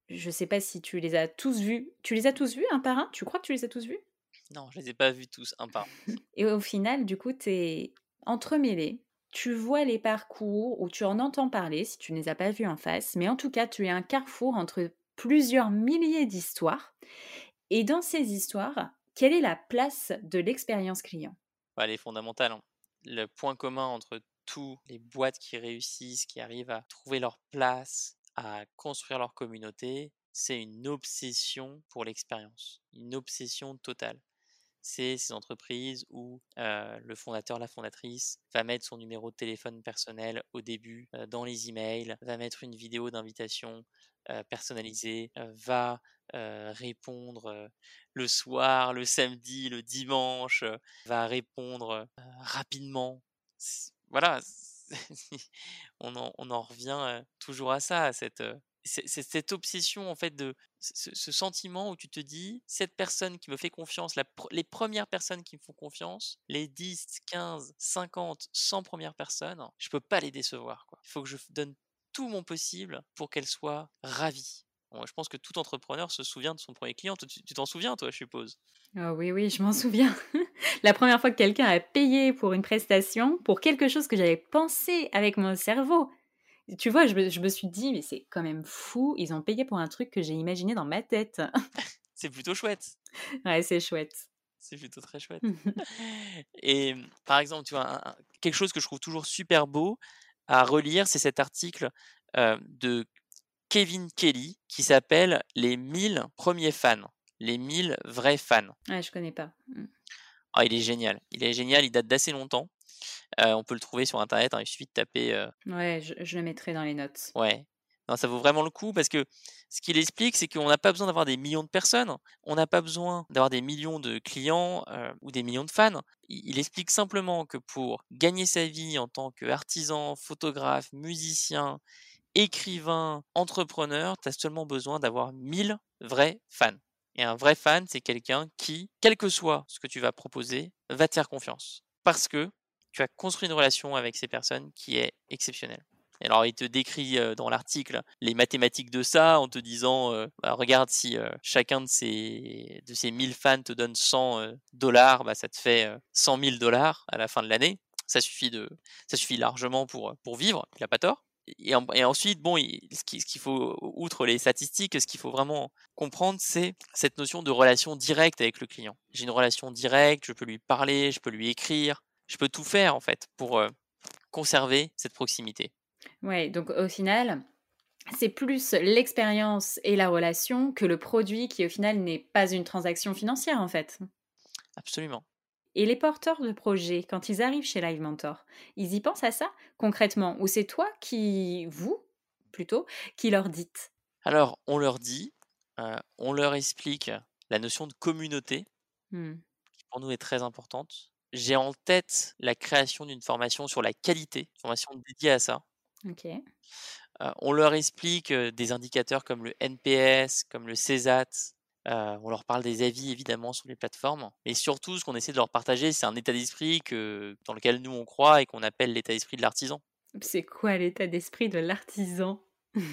Je sais pas si tu les as tous vus. Tu les as tous vus un par un? Tu crois que tu les as tous vus? Non, je les ai pas vus tous un par un. Et au final, du coup, tu es entremêlé. Tu vois les parcours ou tu en entends parler si tu ne les as pas vus en face, mais en tout cas, tu es un carrefour entre plusieurs milliers d'histoires. Et dans ces histoires, quelle est la place de l'expérience client? Bah, elle est fondamentale, hein. Le point commun entre tous les boîtes qui réussissent, qui arrivent à trouver leur place, à construire leur communauté, c'est une obsession pour l'expérience, une obsession totale. C'est ces entreprises où euh, le fondateur, la fondatrice va mettre son numéro de téléphone personnel au début euh, dans les emails, va mettre une vidéo d'invitation euh, personnalisée, euh, va euh, répondre euh, le soir, le samedi, le dimanche, euh, va répondre euh, rapidement. C'est- Voilà, c'est- on en, on en revient euh, toujours à ça, à cette, euh, c'est c'est cette obsession en fait de ce, ce sentiment où tu te dis, cette personne qui me fait confiance, la pre- les premières personnes qui me font confiance, les dix, quinze, cinquante, cent premières personnes, je peux pas les décevoir, quoi. Il faut que je f- donne tout mon possible pour qu'elles soient ravies. Bon, je pense que tout entrepreneur se souvient de son premier client. Toi, Tu tu t'en souviens, toi, je suppose. Ah oui, oui, je m'en souviens. La première fois que quelqu'un a payé pour une prestation, pour quelque chose que j'avais pensé avec mon cerveau. Tu vois, je me, je me suis dit, mais c'est quand même fou, ils ont payé pour un truc que j'ai imaginé dans ma tête. C'est plutôt chouette. Ouais, c'est chouette. C'est plutôt très chouette. Et mmh, par exemple, tu vois, un un quelque chose que je trouve toujours super beau à relire, c'est cet article, heu, de Kevin Kelly qui s'appelle «Les mille premiers fans», les mille vrais fans. Ouais, je connais pas. Mm. Ah, il est génial, il est génial, il date d'assez longtemps, heu, on peut le trouver sur internet, hein, il suffit de taper, heu Ouais, je, je le mettrai dans les notes. ouais. Non, ça vaut vraiment le coup parce que ce qu'il explique, c'est qu'on n'a pas besoin d'avoir des millions de personnes, on n'a pas besoin d'avoir des millions de clients, heu, ou des millions de fans. Il il explique simplement que pour gagner sa vie en tant qu'artisan, photographe, musicien, écrivain, entrepreneur, tu as seulement besoin d'avoir mille vrais fans. Et un vrai fan, c'est quelqu'un qui, quel que soit ce que tu vas proposer, va te faire confiance. Parce que tu as construit une relation avec ces personnes qui est exceptionnelle. Et alors, il te décrit euh, dans l'article les mathématiques de ça en te disant euh, bah, regarde, si euh, chacun de ces, de ces mille fans te donne cent euh, dollars, bah, ça te fait euh, cent mille dollars à la fin de l'année. Ça suffit, de, ça suffit largement pour, pour vivre, il n'a pas tort. Et, en- et ensuite, bon, il- ce qui- ce qu'il faut, outre les statistiques, ce qu'il faut vraiment comprendre, c'est cette notion de relation directe avec le client. J'ai une relation directe, je peux lui parler, je peux lui écrire, je peux tout faire en fait pour euh, conserver cette proximité. Ouais, donc au final, c'est plus l'expérience et la relation que le produit qui au final n'est pas une transaction financière en fait. Absolument. Et les porteurs de projets, quand ils arrivent chez Live Mentor, ils y pensent à ça concrètement? Ou c'est toi qui, vous, plutôt, qui leur dites? Alors, on leur dit, euh, on leur explique la notion de communauté, Hmm, qui pour nous est très importante. J'ai en tête la création d'une formation sur la qualité, une formation dédiée à ça. ok. Heu, on leur explique, heu, des indicateurs comme le N P S, comme le césat, heu, on leur parle des avis évidemment sur les plateformes et surtout ce qu'on essaie de leur partager, c'est un état d'esprit que dans lequel nous on croit et qu'on appelle l'état d'esprit de l'artisan. C'est quoi l'état d'esprit de l'artisan?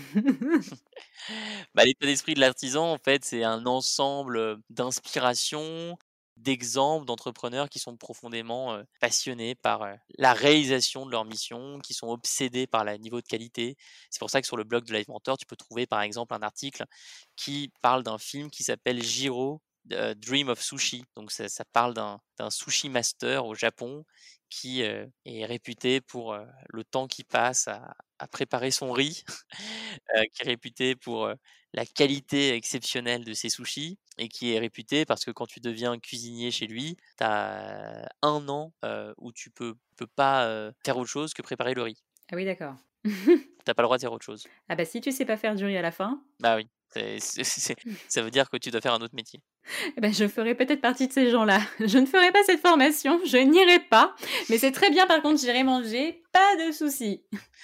Bah, l'état d'esprit de l'artisan en fait, c'est un ensemble, heu, d'inspirations, d'exemples d'entrepreneurs qui sont profondément, heu, passionnés par, heu, la réalisation de leur mission, qui sont obsédés par le niveau de qualité. C'est pour ça que sur le blog de Live Mentor, tu peux trouver par exemple un article qui parle d'un film qui s'appelle Jiro, heu, Dream of Sushi. Donc ça ça parle d'un d'un sushi master au Japon qui, heu, est réputé pour, heu, le temps qu'il passe à à préparer son riz, heu, qui est réputé pour, heu, la qualité exceptionnelle de ses sushis et qui est réputé parce que quand tu deviens cuisinier chez lui, tu as un an, heu, où tu peux peux pas, heu, faire autre chose que préparer le riz. Ah oui, d'accord. Tu as pas le droit de faire autre chose. Ah bah si tu sais pas faire du riz à la fin, Bah oui, c'est c'est c'est ça veut dire que tu dois faire un autre métier. eh ben je ferai peut-être partie de ces gens-là. Je ne ferai pas cette formation, je n'irai pas. Mais c'est très bien, par contre, j'irai manger, pas de souci.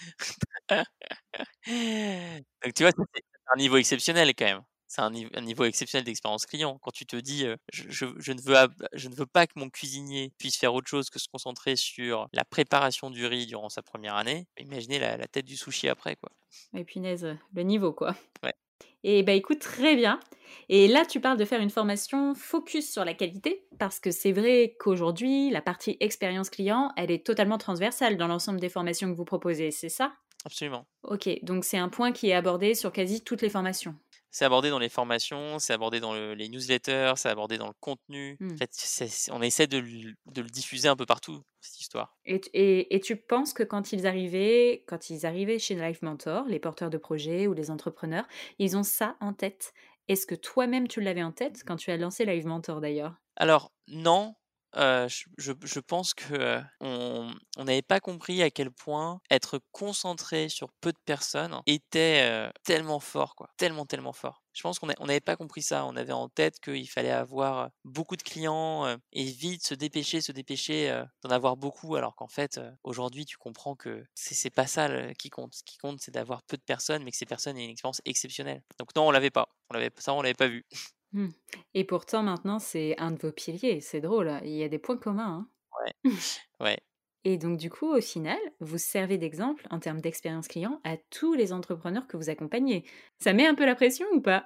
Donc tu vois, ça c'est un niveau exceptionnel quand même. C'est un niv un niveau exceptionnel d'expérience client. Quand tu te dis, heu: «Je je je ne veux ab je ne veux pas que mon cuisinier puisse faire autre chose que se concentrer sur la préparation du riz durant sa première année», imaginez la la tête du sushi après, quoi. Mais punaise, le niveau quoi. Ouais. Et bah, écoute, très bien. Et là, tu parles de faire une formation focus sur la qualité, parce que c'est vrai qu'aujourd'hui, la partie expérience client, elle est totalement transversale dans l'ensemble des formations que vous proposez, c'est ça? Absolument. OK, donc c'est un point qui est abordé sur quasi toutes les formations? C'est abordé dans les formations, c'est abordé dans le les newsletters, c'est abordé dans le contenu. En Mmh. fait, c'est c'est on essaie de l de le diffuser un peu partout, cette histoire. Et tu et et tu penses que quand ils arrivaient quand ils arrivaient chez Live Mentor, les porteurs de projets ou les entrepreneurs, ils ont ça en tête? Est-ce que toi-même tu l'avais en tête quand tu as lancé Live Mentor d'ailleurs? Alors non, heu, je je je pense que, heu, on on n'avait pas compris à quel point être concentré sur peu de personnes était, heu, tellement fort quoi, tellement, tellement fort. Je pense qu'on a on n'avait pas compris ça. On avait en tête qu'il fallait avoir, heu, beaucoup de clients, heu, et vite se dépêcher, se dépêcher, heu, d'en avoir beaucoup alors qu'en fait, heu, aujourd'hui tu comprends que c'est c'est pas ça le qui compte. Ce qui compte, c'est d'avoir peu de personnes, mais que ces personnes aient une expérience exceptionnelle. Donc non, on l'avait pas. On l'avait ça, on l'avait pas vu. Mmh. Et pourtant maintenant c'est un de vos piliers, c'est drôle, il y a des points communs, Ouais, hein. ouais. Et donc du coup, au final, vous servez d'exemple en termes d'expérience client à tous les entrepreneurs que vous accompagnez. Ça met un peu la pression ou pas?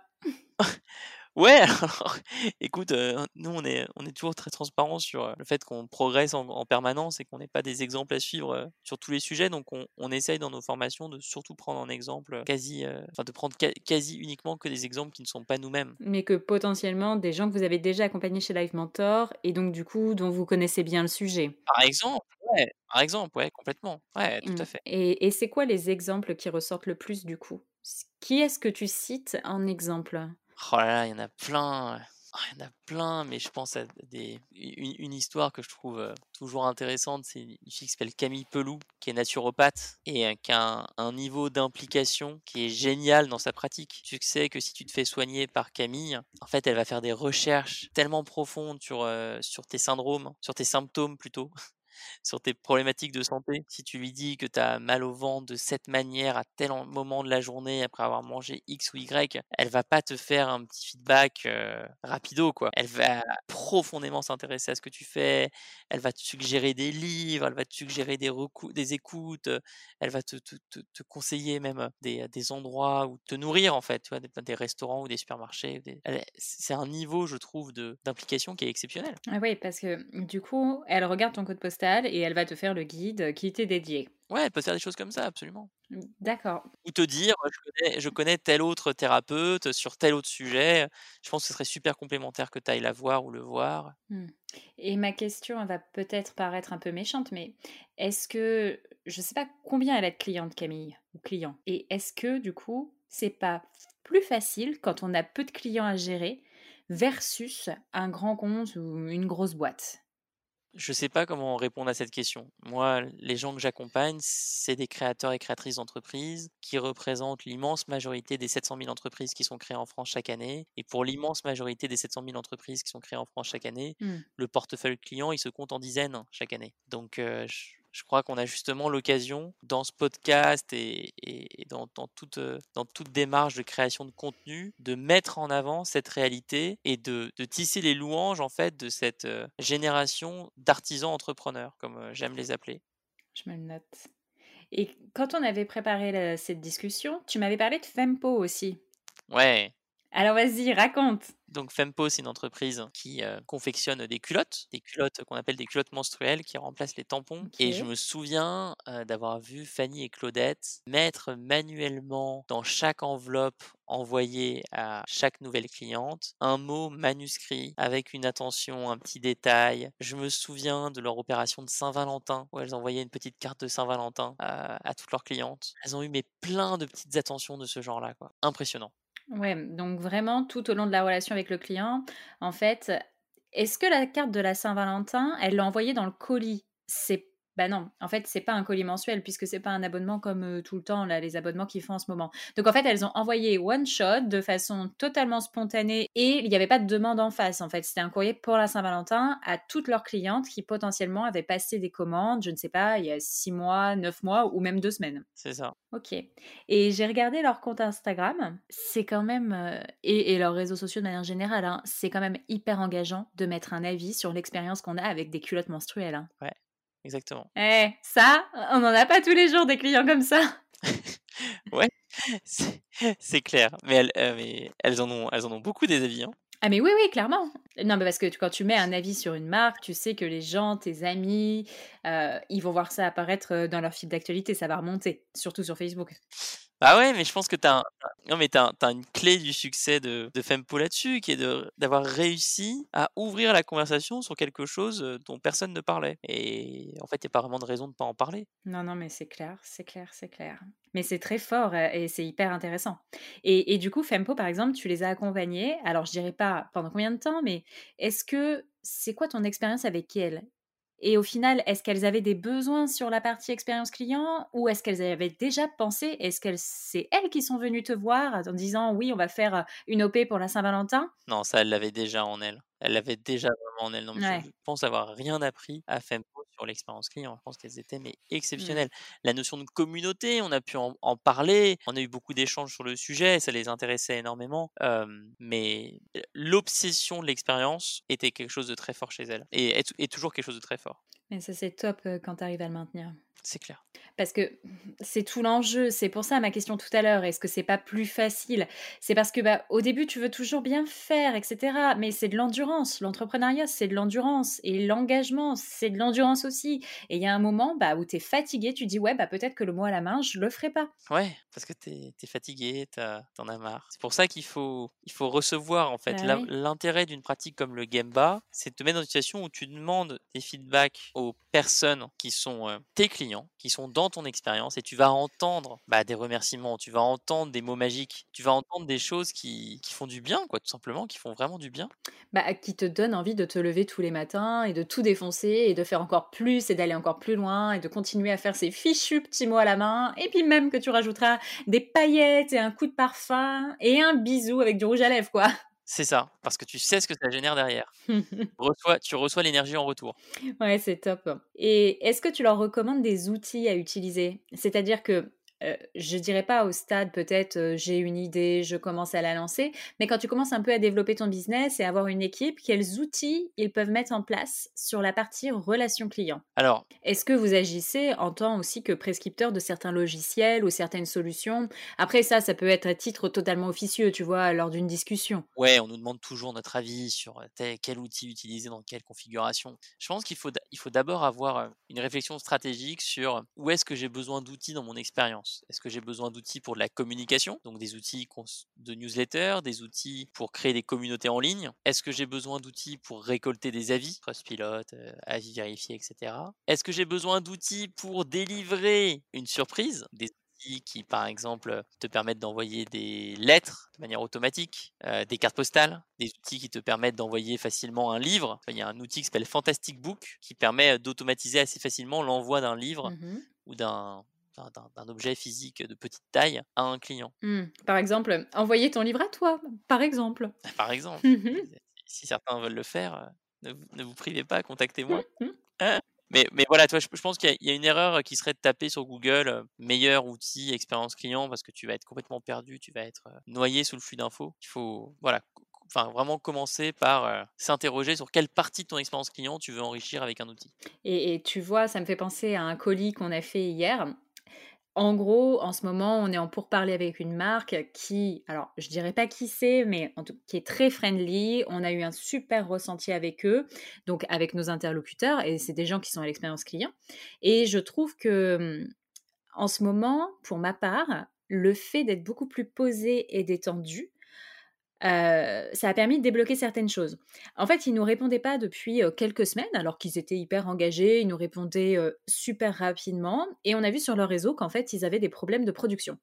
Ouais, alors écoute, heu, nous on est on est toujours très transparent sur, heu, le fait qu'on progresse en en permanence et qu'on n'est pas des exemples à suivre, heu, sur tous les sujets. Donc on on essaye dans nos formations de surtout prendre en exemple, heu, quasi, heu, enfin de prendre qua quasi uniquement que des exemples qui ne sont pas nous-mêmes. Mais que potentiellement des gens que vous avez déjà accompagnés chez Live Mentor et donc du coup dont vous connaissez bien le sujet? Par exemple, ouais, par exemple, ouais, complètement. Ouais, tout Mmh. à fait. Et et c'est quoi les exemples qui ressortent le plus du coup? S Qui est-ce que tu cites en exemple? Oh là là, il y en a plein, heu, oh il y en a plein, mais je pense à des une une histoire que je trouve, heu, toujours intéressante, c'est une fille qui s'appelle Camille Peloux, qui est naturopathe et heu, qui a un un niveau d'implication qui est génial dans sa pratique. Tu sais que si tu te fais soigner par Camille, en fait, elle va faire des recherches tellement profondes sur, heu, sur tes syndromes, sur tes symptômes plutôt, sur tes problématiques de santé. Si tu lui dis que tu as mal au ventre de cette manière à tel en moment de la journée après avoir mangé X ou Y, elle va pas te faire un petit feedback, heu, rapido quoi. Elle va profondément s'intéresser à ce que tu fais, elle va te suggérer des livres, elle va te suggérer des recou des écoutes, heu, elle va te te te te conseiller même, heu, des, des endroits où te nourrir en fait, tu vois? Des des restaurants ou des supermarchés, des elle est c'est un niveau je trouve de d'implication qui est exceptionnel. Ah oui, parce que du coup, elle regarde ton code postal et elle va te faire le guide qui t'est dédié. Ouais, elle peut faire des choses comme ça, absolument. Mmh, d'accord. Ou te dire: «Je connais je connais tel autre thérapeute sur tel autre sujet, je pense que ce serait super complémentaire que tu ailles la voir ou le voir». Mmh. Et ma question, elle va peut-être paraître un peu méchante, mais est-ce que je sais pas combien elle a de clientes Camille ou clients? Et est-ce que du coup, c'est pas plus facile quand on a peu de clients à gérer versus un grand compte ou une grosse boîte? Je sais pas comment répondre à cette question. Moi, les gens que j'accompagne, c'est des créateurs et créatrices d'entreprises qui représentent l'immense majorité des sept cent mille entreprises qui sont créées en France chaque année. Et pour l'immense majorité des sept cent mille entreprises qui sont créées en France chaque année, Mmh. le portefeuille client, il se compte en dizaines chaque année. Donc, heu, je je crois qu'on a justement l'occasion dans ce podcast et et et dans dans toute, heu, dans toute démarche de création de contenu, de mettre en avant cette réalité et de de tisser les louanges, en fait, de cette, heu, génération d'artisans entrepreneurs, comme, heu, j'aime les appeler. Je me le note. Et quand on avait préparé le cette discussion, tu m'avais parlé de Fempo aussi. Ouais. Alors vas-y, raconte! Donc Fempo, c'est une entreprise qui, heu, confectionne des culottes, des culottes qu'on appelle des culottes menstruelles qui remplacent les tampons et je OK. me souviens, heu, d'avoir vu Fanny et Claudette mettre manuellement dans chaque enveloppe envoyée à chaque nouvelle cliente, un mot manuscrit avec une attention, un petit détail. Je me souviens de leur opération de Saint-Valentin où elles envoyaient une petite carte de Saint-Valentin à à toutes leurs clientes. Elles ont eu mais plein de petites attentions de ce genre-là, quoi. Impressionnant. Ouais, donc vraiment tout au long de la relation avec le client, en fait, est-ce que la carte de la Saint-Valentin, elle l'a envoyée dans le colis? C'est bah non, en fait, c'est pas un colis mensuel puisque c'est pas un abonnement comme, heu, tout le temps là, les abonnements qu'ils font en ce moment. Donc en fait, elles ont envoyé one shot de façon totalement spontanée et il y avait pas de demande en face, en fait. C'était un courrier pour la Saint-Valentin à toutes leurs clientes qui potentiellement avaient passé des commandes, je ne sais pas, il y a six mois, neuf mois ou même deux semaines. C'est ça. OK, et j'ai regardé leur compte Instagram. C'est quand même, heu et et leurs réseaux sociaux de manière générale, hein, c'est quand même hyper engageant de mettre un avis sur l'expérience qu'on a avec des culottes menstruelles, hein. Ouais, exactement. Eh, ça, on n'en a pas tous les jours des clients comme ça. Ouais. C'est c'est clair, mais elles, heu, mais elles en ont elles en ont beaucoup des avis, hein. Ah mais oui, oui, clairement. Non, mais parce que tu quand tu mets un avis sur une marque, tu sais que les gens, tes amis, heu, ils vont voir ça apparaître, heu, dans leur fil d'actualité, ça va remonter, surtout sur Facebook. Bah ouais, mais je pense que tu as un tu non, mais tu as tu as une clé du succès de de Fempo là-dessus, qui est de d'avoir réussi à ouvrir la conversation sur quelque chose, heu, dont personne ne parlait et en fait, il y a pas vraiment de raison de pas en parler. Non, non, mais c'est clair, c'est clair, c'est clair. Mais c'est très fort, heu, et c'est hyper intéressant. Et et du coup, Fempo, par exemple, tu les as accompagnés, alors je dirais pas pendant combien de temps, mais est-ce que c'est quoi ton expérience avec elles? Et au final, est-ce qu'elles avaient des besoins sur la partie expérience client ou est-ce qu'elles avaient déjà pensé? Est-ce qu'elles c'est elles qui sont venues te voir en disant: «Oui, on va faire, heu, une O P pour la Saint-Valentin»? Non, ça, elle l'avait déjà en elle. Elle l'avait déjà vraiment en elle. Non, mais je Ouais. je pense avoir rien appris à Fempo sur l'expérience client. Je pense qu'elles étaient mais Mmh. exceptionnelles. La notion de communauté, on a pu en en parler, on a eu beaucoup d'échanges sur le sujet, ça les intéressait énormément, hem, mais l'obsession de l'expérience était quelque chose de très fort chez elles et est est toujours quelque chose de très fort. Mais ça, c'est top, heu, quand tu arrives à le maintenir. C'est clair. Parce que c'est tout l'enjeu. C'est pour ça ma question tout à l'heure, est-ce que c'est pas plus facile? C'est parce que, bah, au début, tu veux toujours bien faire et cetera, mais c'est de l'endurance. L'entrepreneuriat, c'est de l'endurance et l'engagement, c'est de l'endurance aussi et il y a un moment, bah, où tu es fatigué, tu dis: «Ouais, bah, peut-être que le mois à la main, je le ferai pas». Ouais, parce que tu es tu es fatigué, tu as tu en as marre. C'est pour ça qu'il faut il faut recevoir en fait. Bah, L'in oui. l'intérêt d'une pratique comme le Gemba, c'est de te mettre dans une situation où tu demandes des feedbacks aux personnes qui sont, heu, tes clients, qui sont dans ton expérience et tu vas entendre, bah, des remerciements, tu vas entendre des mots magiques, tu vas entendre des choses qui qui font du bien quoi, tout simplement, qui font vraiment du bien. Bah, qui te donne envie de te lever tous les matins et de tout défoncer et de faire encore plus et d'aller encore plus loin et de continuer à faire ces fichus petits mots à la main et puis même que tu rajouteras des paillettes et un coup de parfum et un bisou avec du rouge à lèvres, quoi. C'est ça, parce que tu sais ce que ça génère derrière. Reçois tu reçois l'énergie en retour. Ouais, c'est top. Et est-ce que tu leur recommandes des outils à utiliser? C'est-à-dire que, heu, je dirais pas au stade peut-être, heu, j'ai une idée, je commence à la lancer, mais quand tu commences un peu à développer ton business et avoir une équipe, quels outils ils peuvent mettre en place sur la partie relation client? Alors Est-ce que vous agissez en tant aussi que prescripteur de certains logiciels ou certaines solutions? Après ça, ça peut être à titre totalement officieux, tu vois, lors d'une discussion. ouais, on nous demande toujours notre avis sur, heu, tel quel outil utiliser dans quelle configuration. Je pense qu'il faut d'a il faut d'abord avoir, heu, une réflexion stratégique sur où est-ce que j'ai besoin d'outils dans mon expérience? Est-ce que j'ai besoin d'outils pour de la communication, donc des outils cons de newsletter, des outils pour créer des communautés en ligne? Est-ce que j'ai besoin d'outils pour récolter des avis, Trustpilot, heu, avis vérifiés et cetera? Est-ce que j'ai besoin d'outils pour délivrer une surprise? Des outils qui, par exemple, te permettent d'envoyer des lettres de manière automatique, heu, des cartes postales, des outils qui te permettent d'envoyer facilement un livre. Il y a un outil qui s'appelle Fantastic Book qui permet, heu, d'automatiser assez facilement l'envoi d'un livre Mmh. ou d'un d'un d'un d'un objet physique de petite taille à un client, Mmh. Par exemple, envoyer ton livre à toi, par exemple. par exemple. Mmh mh. Et si certains veulent le faire, heu, ne vous ne vous privez pas, contactez-moi. Mmh. Hein? Mais mais voilà, tu vois, je je pense qu'il y a il y a une erreur qui serait de taper sur Google, heu, meilleur outil expérience client parce que tu vas être complètement perdu, tu vas être, heu, noyé sous le flux d'infos. Il faut voilà, co co enfin vraiment commencer par, heu, s'interroger sur quelle partie de ton expérience client tu veux enrichir avec un outil. Et et tu vois, ça me fait penser à un colis qu'on a fait hier. En gros, en ce moment, on est en pourparlers avec une marque qui, alors je dirais pas qui c'est, mais en tout qui est très friendly. On a eu un super ressenti avec eux, donc avec nos interlocuteurs et c'est des gens qui sont à l'expérience client et je trouve que, mmh, en ce moment, pour ma part, le fait d'être beaucoup plus posé et détendu, Heu, ça a permis de débloquer certaines choses. En fait, ils nous répondaient pas depuis, heu, quelques semaines, alors qu'ils étaient hyper engagés. Ils nous répondaient, heu, super rapidement et on a vu sur leur réseau qu'en fait, ils avaient des problèmes de production.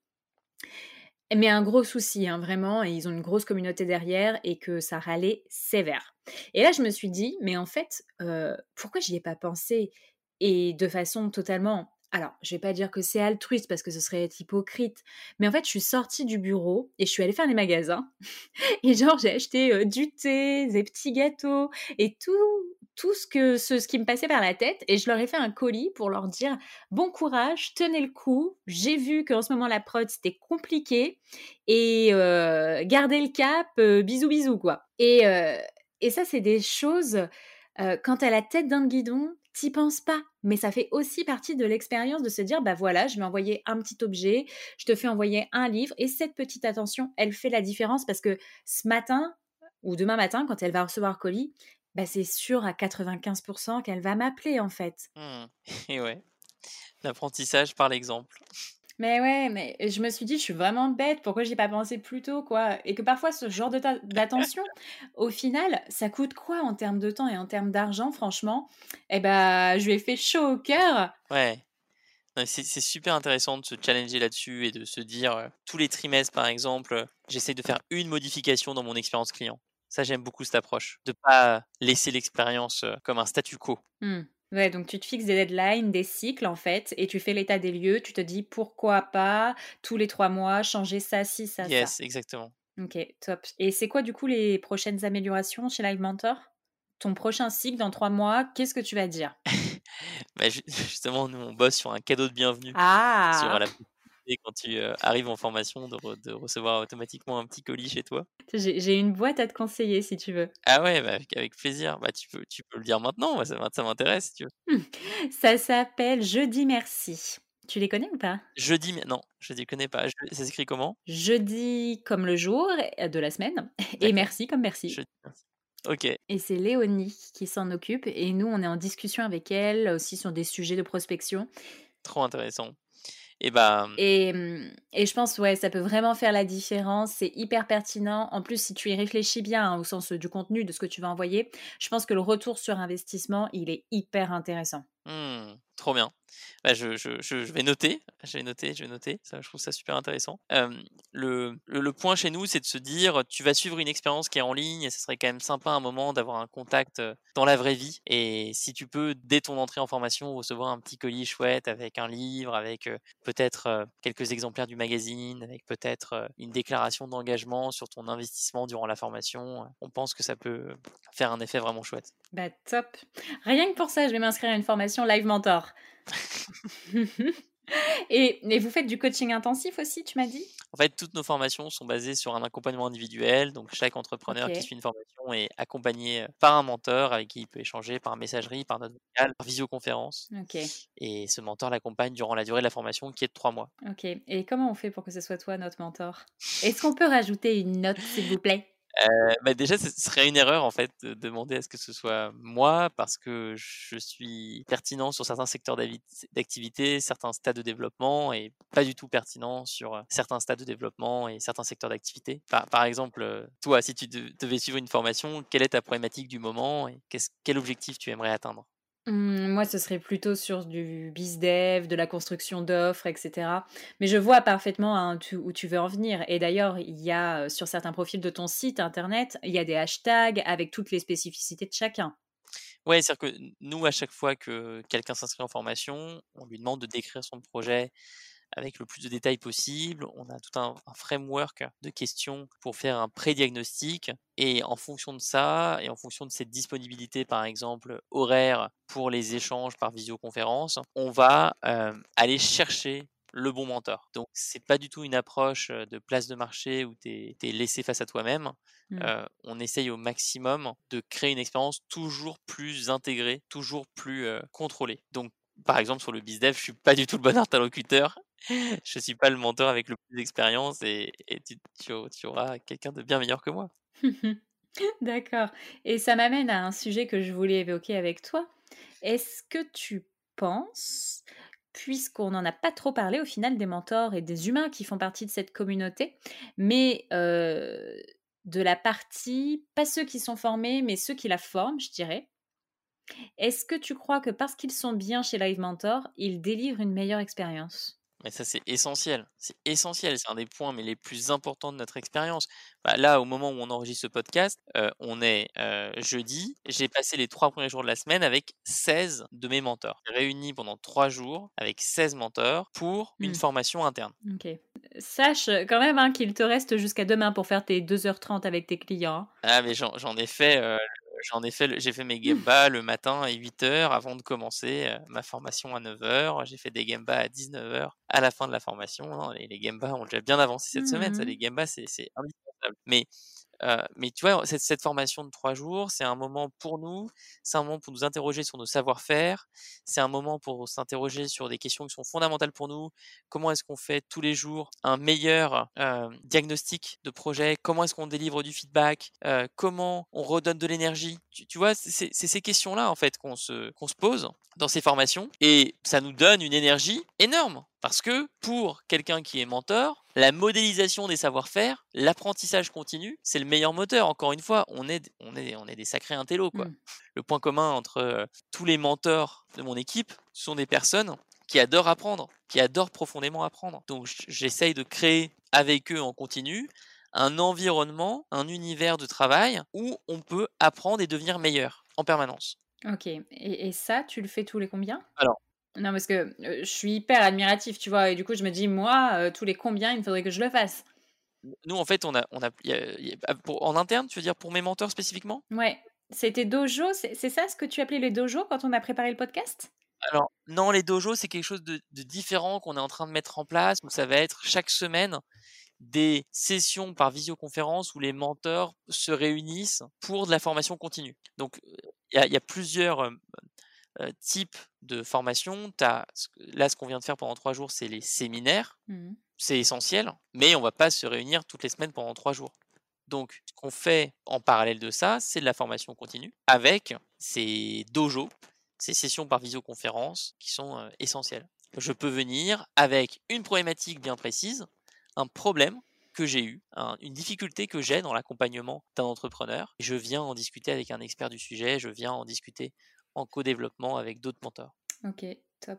Mais un gros souci, hein, vraiment et ils ont une grosse communauté derrière et que ça râlait sévère. Et là, je me suis dit: «Mais en fait, heu, pourquoi j'y ai pas pensé?» Et de façon totalement alors, je vais pas dire que c'est altruiste parce que ce serait être hypocrite, mais en fait, je suis sortie du bureau et je suis allée faire les magasins et genre, j'ai acheté, heu, du thé, des petits gâteaux et tout tout ce que ce ce qui me passait par la tête et je leur ai fait un colis pour leur dire: «Bon courage, tenez le coup. J'ai vu qu'en ce moment la prod, c'était compliqué et heu, gardez le cap, heu, bisous, bisous, quoi» et heu et ça, c'est des choses, heu, quand tu as la tête dans le guidon, Tu penses pas, mais ça fait aussi partie de l'expérience de se dire: «Bah, voilà, je vais envoyer un petit objet, je te fais envoyer un livre» et cette petite attention, elle fait la différence parce que ce matin ou demain matin, quand elle va recevoir le colis, bah, c'est sûr à quatre-vingt-quinze qu'elle va m'appeler, en fait. Mmh. Et ouais, l'apprentissage par l'exemple. Mais ouais, mais je me suis dit: «Je suis vraiment bête, pourquoi j'y ai pas pensé plus tôt, quoi?» et que parfois ce genre de ta d'attention, au final, ça coûte quoi en termes de temps et en termes d'argent, franchement? Et bah, je lui ai fait chaud au cœur. Ouais. Ouais, c'est c'est super intéressant de se challenger là-dessus et de se dire, heu, tous les trimestres, par exemple, heu, j'essaie de faire une modification dans mon expérience client. Ça, j'aime beaucoup cette approche, de pas laisser l'expérience, heu, comme un statu quo. Mmh. Ouais, donc tu te fixes des deadlines, des cycles, en fait et tu fais l'état des lieux. Tu te dis: «Pourquoi pas, tous les trois mois, changer ça, ci, ça, ça». Yes, exactement. OK, top et c'est quoi, du coup, les prochaines améliorations chez Live Mentor? Ton prochain cycle dans trois mois, qu'est-ce que tu vas dire? Bah, ju justement, nous, on bosse sur un cadeau de bienvenue, sur Ah! la possibilité quand tu, heu, arrives en formation de re de recevoir automatiquement un petit colis chez toi. J'ai j'ai une boîte à te conseiller si tu veux. Ah ouais, bah, avec avec plaisir. Bah, tu peux tu peux le dire maintenant, moi ça m'in ça m'intéresse si tu veux. Ça s'appelle Jeudi merci. Tu les connais ou pas? Jeudi mais non, je ne connais pas. Je ça s'écrit comment? Jeudi comme le jour, heu, de la semaine et D'accord. merci comme merci Jeudi merci. OK, et c'est Léonie qui s'en occupe et nous, on est en discussion avec elle aussi sur des sujets de prospection trop intéressant et bah, mmh, et mmh et je pense, ouais, ça peut vraiment faire la différence. C'est hyper pertinent. En plus, si tu y réfléchis bien, hein, au sens, heu, du contenu de ce que tu vas envoyer, je pense que le retour sur investissement, il est hyper intéressant. mmh, trop bien. Bah, je je je je vais noter, je vais noter, je vais noter. Ça, je trouve ça super intéressant. Hem, le le le point chez nous, c'est de se dire: «Tu vas suivre une expérience qui est en ligne et ce serait quand même sympa un moment d'avoir un contact, heu, dans la vraie vie» et si tu peux, dès ton entrée en formation, recevoir un petit colis chouette avec un livre, avec, heu, peut-être, heu, quelques exemplaires du magazine, avec peut-être, heu, une déclaration d'engagement sur ton investissement durant la formation, heu, on pense que ça peut faire un effet vraiment chouette. Bah, top. Rien que pour ça, je vais m'inscrire à une formation Live Mentor. Et et vous faites du coaching intensif aussi, tu m'as dit? En fait, toutes nos formations sont basées sur un accompagnement individuel. Donc, chaque entrepreneur qui OK, suit une formation est accompagné euh, par un mentor avec qui il peut échanger par messagerie, par note vocale, par visioconférence. OK, Et ce mentor l'accompagne durant la durée de la formation qui est de trois mois. OK. Et comment on fait pour que ce soit toi notre mentor? Est-ce qu'on peut rajouter une note, s'il vous plaît? Heu, bah, déjà, ce serait une erreur, en fait, de demander à ce que ce soit moi parce que je suis pertinent sur certains secteurs d'avi d'activité, certains stades de développement et pas du tout pertinent sur, heu, certains stades de développement et certains secteurs d'activité. Par par exemple, heu, toi, si tu de devais suivre une formation, quelle est ta problématique du moment et qu'est-ce quel objectif tu aimerais atteindre? Mmh, moi, ce serait plutôt sur du bizdev, de la construction d'offres, et cetera. Mais je vois parfaitement, hein, tu où tu veux en venir et d'ailleurs, il y a, heu, sur certains profils de ton site internet, il y a des hashtags avec toutes les spécificités de chacun. Ouais, c'est-à-dire que n nous, à chaque fois que quelqu'un s'inscrit en formation, on lui demande de décrire son projet avec le plus de détails possible. On a tout un, un framework de questions pour faire un pré-diagnostic. Et en fonction de ça, et en fonction de cette disponibilité, par exemple, horaire pour les échanges par visioconférence, on va euh, aller chercher le bon mentor. Donc, c'est pas du tout une approche euh, de place de marché où tu es, laissé face à toi-même. Mmh. Euh, on essaye au maximum de créer une expérience toujours plus intégrée, toujours plus euh, contrôlée. Donc, par exemple, sur le BizDev, je suis pas du tout le bon interlocuteur. Je suis pas le mentor avec le plus d'expérience et et tu tu au tu auras quelqu'un de bien meilleur que moi. D'accord et ça m'amène à un sujet que je voulais évoquer avec toi. Est-ce que tu penses, puisqu'on n'en a pas trop parlé au final des mentors et des humains qui font partie de cette communauté, mais heu, de la partie, pas ceux qui sont formés, mais ceux qui la forment, je dirais. Est-ce que tu crois que parce qu'ils sont bien chez Live Mentor, ils délivrent une meilleure expérience? Mais ça, c'est essentiel. C'est essentiel, c'est un des points, mais les plus importants de notre expérience. Bah, là, au moment où on enregistre ce podcast, heu, on est, heu, jeudi. J'ai passé les trois premiers jours de la semaine avec seize de mes mentors. Réunis pendant trois jours avec seize mentors pour une Mmh, formation interne. OK. Sache, quand même, hein, qu'il te reste jusqu'à demain pour faire tes deux heures trente avec tes clients, Ah mais j'en j'en ai fait, heu, j'en ai fait le j'ai fait mes gembas le matin à huit heures avant de commencer, heu, ma formation à neuf heures. J'ai fait des gembas à dix-neuf heures à la fin de la formation. Non, les les gembas ont déjà bien avancé cette semaine, ça, hein. les gembas, c'est c'est indispensable. Mais Heu, mais tu vois, cette cette formation de trois jours, c'est un moment pour nous, c'est un moment pour nous interroger sur nos savoir-faire, c'est un moment pour s'interroger sur des questions qui sont fondamentales pour nous. Comment est-ce qu'on fait tous les jours un meilleur, hem, diagnostic de projet? Comment est-ce qu'on délivre du feedback? Heu, comment on redonne de l'énergie? Tu tu vois, c'est c'est c'est ces questions-là, en fait, qu'on se qu'on se pose dans ces formations et ça nous donne une énergie énorme. Parce que pour quelqu'un qui est mentor, la modélisation des savoir-faire, l'apprentissage continu, c'est le meilleur moteur. Encore une fois, on est, d- on est, on est des sacrés intellos, quoi. Mmh. Le point commun entre euh, tous les mentors de mon équipe ce sont des personnes qui adorent apprendre, qui adorent profondément apprendre. Donc j- j'essaye de créer avec eux en continu un environnement, un univers de travail où on peut apprendre et devenir meilleur en permanence. OK, et et ça, tu le fais tous les combien? Alors, Non, parce que, heu, je suis hyper admirative, tu vois? Et du coup, je me dis: «Moi, heu, tous les combien il me faudrait que je le fasse?» nous, en fait, on a, on a, il y a- il y a- pour- en interne, tu veux dire pour mes mentors spécifiquement? Ouais, c'était dojo, c'est c'est ça ce que tu appelais les dojos quand on a préparé le podcast? Alors, non, les dojos, c'est quelque chose de de différent qu'on est en train de mettre en place, où ça va être chaque semaine des sessions par visioconférence où les mentors se réunissent pour de la formation continue. Donc, heu, il y a il y a plusieurs, hem, heu, types de formations. Tu ce que là, ce qu'on vient de faire pendant trois jours, c'est les séminaires. Mmh. C'est essentiel, mais on va pas se réunir toutes les semaines pendant trois jours. Donc, ce qu'on fait en parallèle de ça, c'est de la formation continue avec ces dojos, ces sessions par visioconférence qui sont euh, essentielles. Je peux venir avec une problématique bien précise, un problème que j'ai eu, un- une difficulté que j'ai dans l'accompagnement d'un entrepreneur. Je viens en discuter avec un expert du sujet, je viens en discuter en co-développement avec d'autres mentors. OK, top.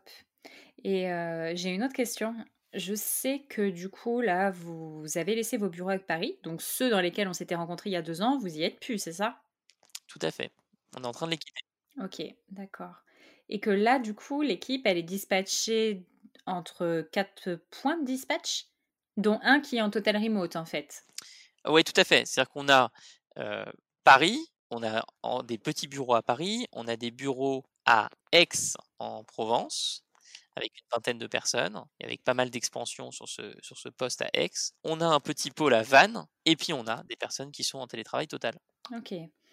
Et heu, j'ai une autre question. Je sais que du coup, là, vous avez laissé vos bureaux à Paris, donc ceux dans lesquels on s'était rencontrés il y a deux ans, vous y êtes plus, c'est ça? Tout à fait. On est en train de les quitter. OK, d'accord. Et que là, du coup, l'équipe, elle est dispatchée entre quatre points de dispatch, dont un qui est en total remote, en fait? Oui, tout à fait. C'est-à-dire qu'on a euh, Paris, on a en- des petits bureaux à Paris, on a des bureaux à Aix en Provence, avec une vingtaine de personnes, et avec pas mal d'expansion sur ce, sur ce poste à Aix. On a un petit pôle à Vannes, et puis on a des personnes qui sont en télétravail total. OK.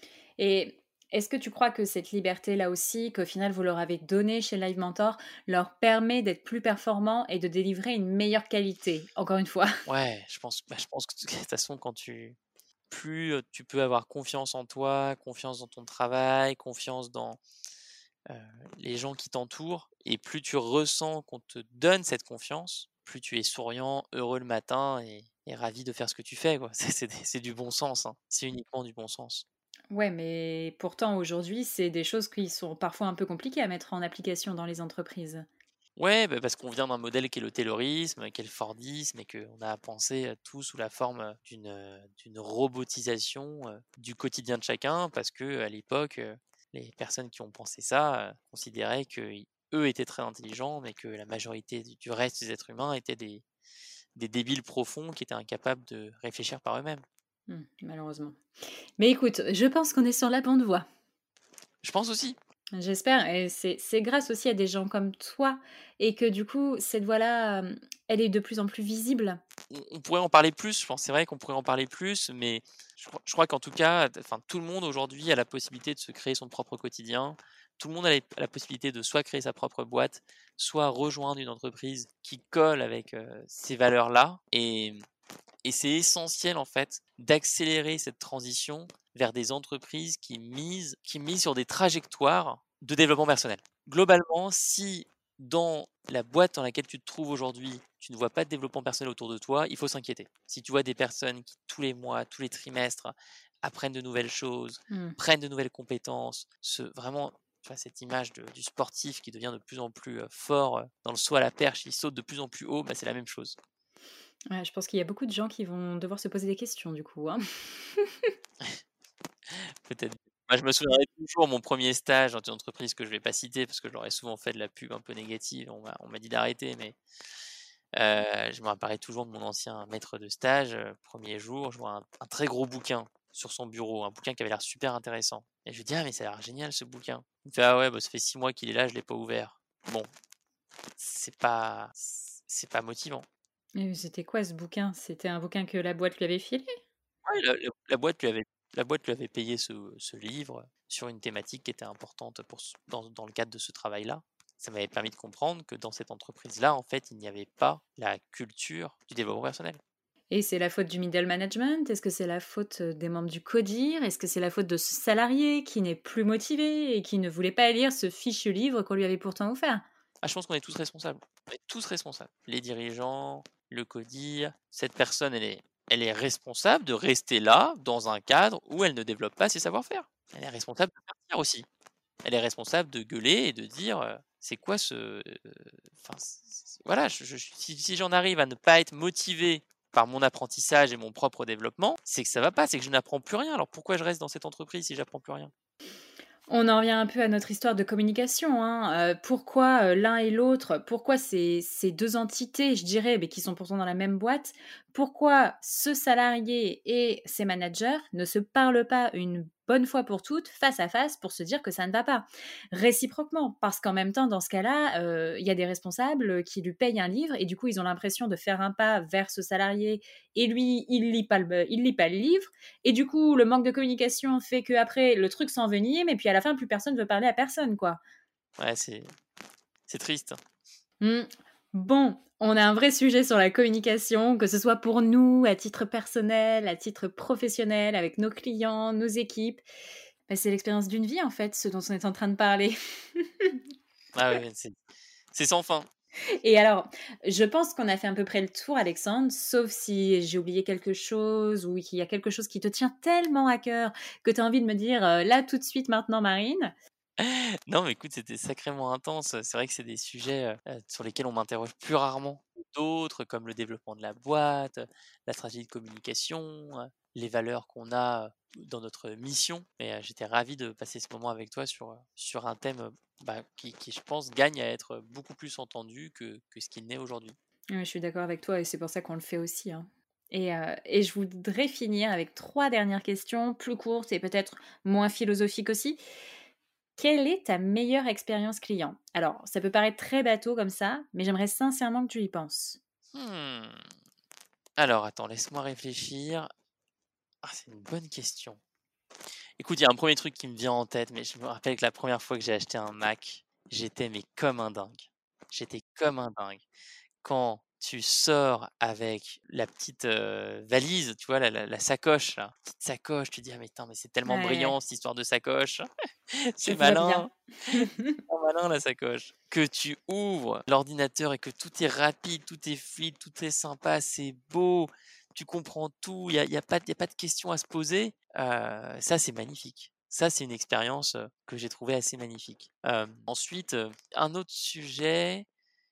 Et est-ce que tu crois que cette liberté-là aussi, qu'au final vous leur avez donnée chez Live Mentor, leur permet d'être plus performants et de délivrer une meilleure qualité? Encore une fois. Ouais, je pense, bah, je pense que de toute façon, quand tu plus euh, tu peux avoir confiance en toi, confiance dans ton travail, confiance dans heu, les gens qui t'entourent et plus tu ressens qu'on te donne cette confiance, plus tu es souriant, heureux le matin et et ravi de faire ce que tu fais, quoi. C'est c'est des c'est du bon sens, hein. C'est uniquement du bon sens. Ouais, mais pourtant aujourd'hui, c'est des choses qui sont parfois un peu compliquées à mettre en application dans les entreprises. Ouais, bah, parce qu'on vient d'un modèle qui est le Taylorisme, qui est le Fordisme et qu'on a pensé, heu, tout sous la forme, heu, d'une, heu, d'une robotisation, heu, du quotidien de chacun parce qu'à l'époque, heu, les personnes qui ont pensé ça, heu, considéraient qu'eux étaient très intelligents, mais que la majorité du du reste des êtres humains étaient des des débiles profonds qui étaient incapables de réfléchir par eux-mêmes. Mmh, malheureusement. Mais écoute, je pense qu'on est sur la bonne voie. Je pense aussi. J'espère, et c'est c'est grâce aussi à des gens comme toi et que du coup, cette voie-là, hem, elle est de plus en plus visible. On on pourrait en parler plus, je pense, c'est vrai qu'on pourrait en parler plus, mais je crois je crois qu'en tout cas, enfin, tout le monde aujourd'hui a la possibilité de se créer son propre quotidien. Tout le monde a les a la possibilité de soit créer sa propre boîte, soit rejoindre une entreprise qui colle avec, heu, ces valeurs-là et et c'est essentiel, en fait, d'accélérer cette transition vers des entreprises qui misent qui misent sur des trajectoires de développement personnel. Globalement, si dans la boîte dans laquelle tu te trouves aujourd'hui, tu ne vois pas de développement personnel autour de toi, il faut s'inquiéter. Si tu vois des personnes qui, tous les mois, tous les trimestres, apprennent de nouvelles choses, Mmh. prennent de nouvelles compétences, ce, vraiment, tu vois, cette image de- du sportif qui devient de plus en plus euh, fort euh, dans le saut à la perche, il saute de plus en plus haut, bah, c'est la même chose. Ouais, je pense qu'il y a beaucoup de gens qui vont devoir se poser des questions du coup, hein. Peut-être. Moi, je me souviendrai toujours mon premier stage dans une entreprise que je vais pas citer parce que je leur ai souvent fait de la pub un peu négative. On m'a on m'a dit d'arrêter, mais heu, je me rappellerai toujours de mon ancien maître de stage, heu, premier jour, je vois un un très gros bouquin sur son bureau, un bouquin qui avait l'air super intéressant et je lui dis: «Ah mais ça a l'air génial ce bouquin». Il me fait: «Ah ouais, bah, ça fait six mois qu'il est là, je l'ai pas ouvert». Bon, c'est pas c'est pas motivant. Mais c'était quoi ce bouquin? C'était un bouquin que la boîte lui avait filé? Ouais, la la la boîte lui avait la boîte lui avait payé ce ce livre sur une thématique qui était importante pour ce dans dans le cadre de ce travail-là. Ça m'avait permis de comprendre que dans cette entreprise-là, en fait, il n'y avait pas la culture du développement personnel. Et c'est la faute du middle management? Est-ce que c'est la faute, heu, des membres du CODIR? Est-ce que c'est la faute de ce salarié qui n'est plus motivé et qui ne voulait pas lire ce fichu livre qu'on lui avait pourtant offert? Ah, je pense qu'on est tous responsables. On est tous responsables. Les dirigeants, le codir, cette personne, elle est elle est responsable de rester là, dans un cadre où elle ne développe pas ses savoir-faire. Elle est responsable de partir aussi. Elle est responsable de gueuler et de dire, heu: «C'est quoi ce, heu» enfin, c c voilà, je je si si j'en arrive à ne pas être motivé par mon apprentissage et mon propre développement, c'est que ça va pas, c'est que je n'apprends plus rien. Alors pourquoi je reste dans cette entreprise si j'apprends plus rien? On en revient un peu à notre histoire de communication, hein, heu, pourquoi, heu, l'un et l'autre, pourquoi ces ces deux entités, je dirais, mais qui sont pourtant dans la même boîte, pourquoi ce salarié et ses managers ne se parlent pas une bonne fois pour toutes, face à face, pour se dire que ça ne va pas? Réciproquement, parce qu'en même temps, dans ce cas-là, heu, il y a des responsables, qui lui payent un livre et du coup, ils ont l'impression de faire un pas vers ce salarié et lui, il lit pas le il lit pas le livre et du coup, le manque de communication fait qu'après, le truc s'envenime et puis à la fin, plus personne veut parler à personne, quoi. Ouais, c'est c'est triste. Mmh. Bon, on a un vrai sujet sur la communication, que ce soit pour nous, à titre personnel, à titre professionnel, avec nos clients, nos équipes. Bah, c'est l'expérience d'une vie, en fait, ce dont on est en train de parler. Ah ouais, ouais, c'est c'est sans fin. Et alors, je pense qu'on a fait à peu près le tour, Alexandre, sauf si j'ai oublié quelque chose ou qu'il y a quelque chose qui te tient tellement à cœur que tu as envie de me dire, heu, là, tout de suite, maintenant, Marine. Non, mais écoute, c'était sacrément intense. C'est vrai que c'est des sujets, heu heu, sur lesquels on m'interroge plus rarement que d'autres, comme le développement de la boîte, heu, la stratégie de communication, heu, les valeurs qu'on a, heu, dans notre mission et heu, j'étais ravi de passer ce moment avec toi sur, heu, sur un thème, heu, bah, qui qui, je pense, gagne à être beaucoup plus entendu que que ce qu'il n'est aujourd'hui. Ouais, je suis d'accord avec toi et c'est pour ça qu'on le fait aussi, hein. Et, heu, et je voudrais finir avec trois dernières questions, plus courtes et peut-être moins philosophiques aussi. Quelle est ta meilleure expérience client? Alors, ça peut paraître très bateau comme ça, mais j'aimerais sincèrement que tu y penses. Mmh. Alors attends, laisse-moi réfléchir. Ah, c'est une bonne question. Écoute, il y a un premier truc qui me vient en tête, mais je me rappelle que la première fois que j'ai acheté un Mac, j'étais mais comme un dingue. J'étais comme un dingue. Quand tu sors avec la petite, heu, valise, tu vois, la la la sacoche là, petite sacoche, tu dis: «Ah mais attends, mais c'est tellement Ouais, brillant cette histoire de sacoche, je c'est vois bien. malin, trop malin la sacoche». Que tu ouvres l'ordinateur et que tout est rapide, tout est fluide, tout est sympa, c'est beau, tu comprends tout, il y a il y a pas il y a pas de questions à se poser, heu, ça c'est magnifique. Ça, c'est une expérience, heu, que j'ai trouvée assez magnifique. Hem, ensuite, heu, un autre sujet,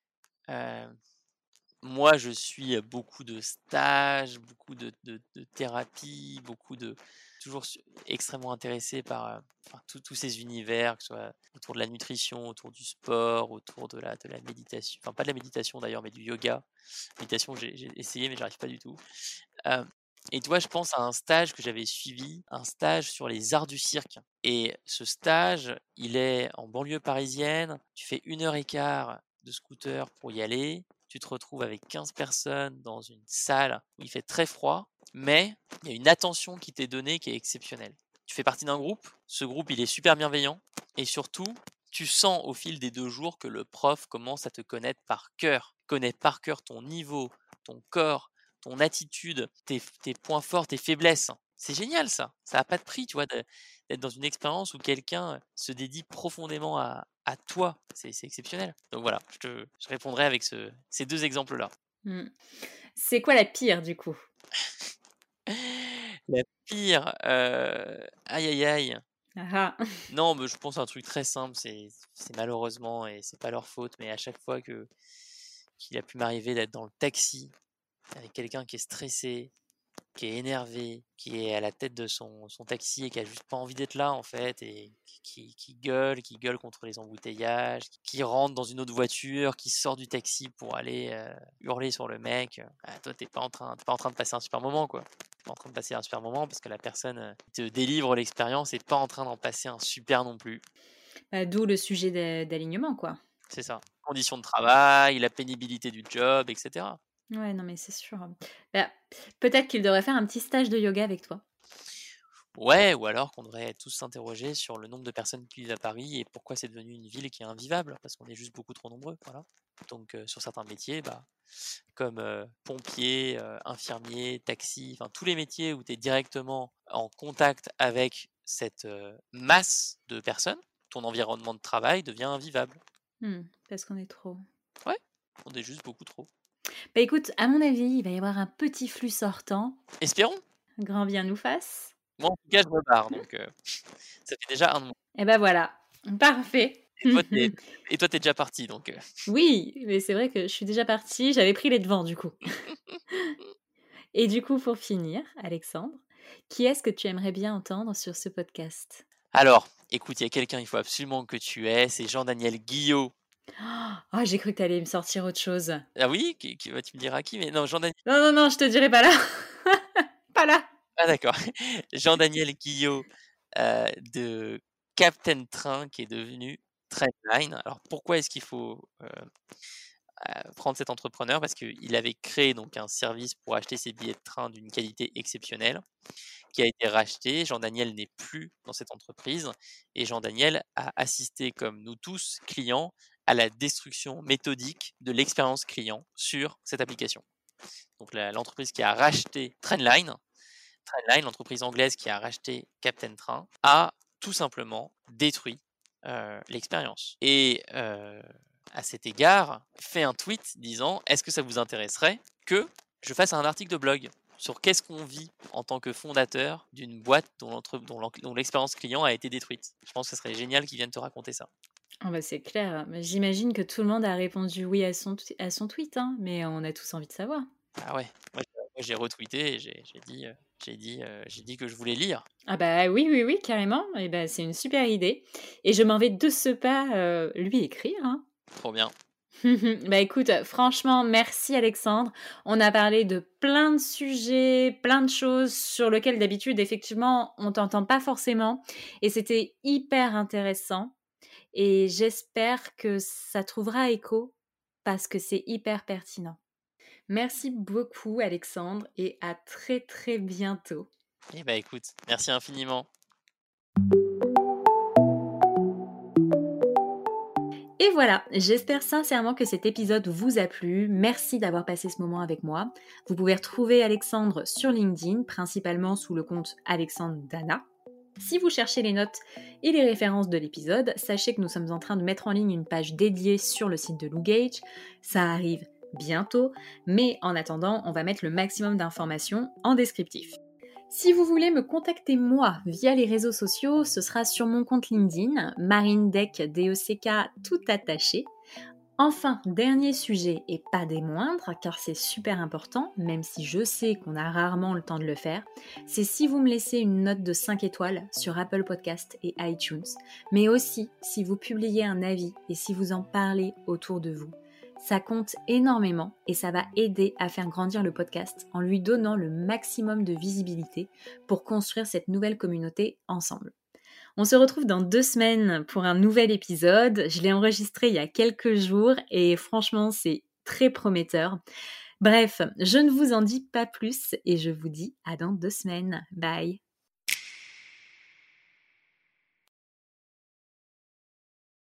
heu moi, je suis, heu, beaucoup de stages, beaucoup de de de thérapie, beaucoup de toujours su extrêmement intéressé par, heu, enfin tous tous ces univers, que ce soit autour de la nutrition, autour du sport, autour de la de la méditation, enfin pas de la méditation d'ailleurs, mais du yoga. Méditation, j'ai j'ai essayé, mais j'arrive pas du tout. Hem et tu vois, je pense à un stage que j'avais suivi, un stage sur les arts du cirque et ce stage, il est en banlieue parisienne. Tu fais une heure et quart de scooter pour y aller. Tu te retrouves avec quinze personnes dans une salle où il fait très froid, mais il y a une attention qui t'est donnée qui est exceptionnelle. Tu fais partie d'un groupe, ce groupe, il est super bienveillant et surtout, tu sens au fil des deux jours que le prof commence à te connaître par cœur, connaît par cœur ton niveau, ton corps, ton attitude, tes tes points forts, tes faiblesses. C'est génial ça, ça a pas de prix, tu vois, de d'être dans une expérience où quelqu'un se dédie profondément à à toi, c'est c'est exceptionnel. Donc voilà, je te je répondrai avec ce ces deux exemples-là. Mmh. C'est quoi la pire, du coup? La pire, heu, aïe, aïe, aïe. Ah ah. Non, mais je pense à un truc très simple, c'est c'est malheureusement et c'est pas leur faute, mais à chaque fois que qu'il a pu m'arriver d'être dans le taxi avec quelqu'un qui est stressé, qui est énervé, qui est à la tête de son son taxi et qui a juste pas envie d'être là, en fait et qui qui qui gueule, qui gueule contre les embouteillages, qui rentre dans une autre voiture, qui sort du taxi pour aller, heu, hurler sur le mec, ah toi tu es pas en train tu es pas en train de passer un super moment, quoi. Tu es pas en train de passer un super moment parce que la personne, heu, qui te délivre l'expérience est pas en train d'en passer un super non plus. Bah, d'où le sujet d'a d'alignement, quoi. C'est ça. Conditions de travail, la pénibilité du job et cetera. Ouais, non, mais c'est sûr. Bah, peut-être qu'il devrait faire un petit stage de yoga avec toi. Ouais, ou alors qu'on devrait tous s'interroger sur le nombre de personnes qui vivent à Paris et pourquoi c'est devenu une ville qui est invivable, parce qu'on est juste beaucoup trop nombreux, voilà. Donc heu, sur certains métiers, bah, comme, heu, pompier, heu, infirmier, taxi, enfin tous les métiers où tu es directement en contact avec cette, heu, masse de personnes, ton environnement de travail devient invivable. Mmh, parce qu'on est trop. Ouais, on est juste beaucoup trop. Bah, écoute, à mon avis, il va y avoir un petit flux sortant. Espérons! Grand bien nous fasse. Moi en tout cas je me barre donc heu, ça fait déjà un de moins. Et bah, voilà, parfait. Et toi tu es et toi tu es déjà parti donc heu Oui, mais c'est vrai que je suis déjà partie, j'avais pris les devants du coup. Et du coup, pour finir, Alexandre, qui est-ce que tu aimerais bien entendre sur ce podcast? Alors, écoute, il y a quelqu'un, il faut absolument que tu aies, c'est Jean-Daniel Guillot. Oh, j'ai cru que tu allais me sortir autre chose. Ah oui? Qui qui bah, tu me diras qui, mais non, Jean-Daniel Non, non, non, je te dirai pas là. Pas là. ah d'accord. Jean-Daniel Guillot, heu, de Captain Train qui est devenu Trainline. Alors pourquoi est-ce qu'il faut, heu heu, prendre cet entrepreneur? Parce qu'il avait créé donc un service pour acheter ses billets de train d'une qualité exceptionnelle, qui a été racheté. Jean-Daniel n'est plus dans cette entreprise et Jean-Daniel a assisté, comme nous tous, clients, à la destruction méthodique de l'expérience client sur cette application. Donc la l'entreprise qui a racheté Trainline, Trainline, l'entreprise anglaise qui a racheté Captain Train, a tout simplement détruit, heu, l'expérience et heu, à cet égard, fait un tweet disant: «Est-ce que ça vous intéresserait que je fasse un article de blog sur qu'est-ce qu'on vit en tant que fondateur d'une boîte dont l'entre dont l'enc dont l'expérience client a été détruite?» Je pense que ce serait génial qu'il vienne te raconter ça. Ah bah, c'est clair, mais j'imagine que tout le monde a répondu oui à son twi à son tweet, hein, mais on a tous envie de savoir. Ah ouais, moi j'ai moi j'ai retweeté et j'ai j'ai dit, heu, j'ai dit, heu, j'ai dit que je voulais lire. Ah bah, oui, oui, oui, carrément et bah, c'est une super idée et je m'en vais de ce pas, heu, lui écrire, hein. Trop bien. Bah, écoute, franchement, merci Alexandre. On a parlé de plein de sujets, plein de choses sur lesquelles d'habitude, effectivement, on t'entend pas forcément et c'était hyper intéressant et j'espère que ça trouvera écho parce que c'est hyper pertinent. Merci beaucoup Alexandre et à très, très bientôt. Eh bah, écoute, merci infiniment. Et voilà, j'espère sincèrement que cet épisode vous a plu. Merci d'avoir passé ce moment avec moi. Vous pouvez retrouver Alexandre sur LinkedIn, principalement sous le compte Alexandre Dana. Si vous cherchez les notes et les références de l'épisode, sachez que nous sommes en train de mettre en ligne une page dédiée sur le site de Loogage. Ça arrive bientôt, mais en attendant, on va mettre le maximum d'informations en descriptif. Si vous voulez me contacter moi via les réseaux sociaux, ce sera sur mon compte LinkedIn, Marindec, D E C K, tout attaché. Enfin, dernier sujet et pas des moindres, car c'est super important, même si je sais qu'on a rarement le temps de le faire, c'est si vous me laissez une note de cinq étoiles sur Apple Podcast et iTunes, mais aussi si vous publiez un avis et si vous en parlez autour de vous. Ça compte énormément et ça va aider à faire grandir le podcast en lui donnant le maximum de visibilité pour construire cette nouvelle communauté ensemble. On se retrouve dans deux semaines pour un nouvel épisode. Je l'ai enregistré il y a quelques jours et franchement, c'est très prometteur. Bref, je ne vous en dis pas plus et je vous dis à dans deux semaines. Bye!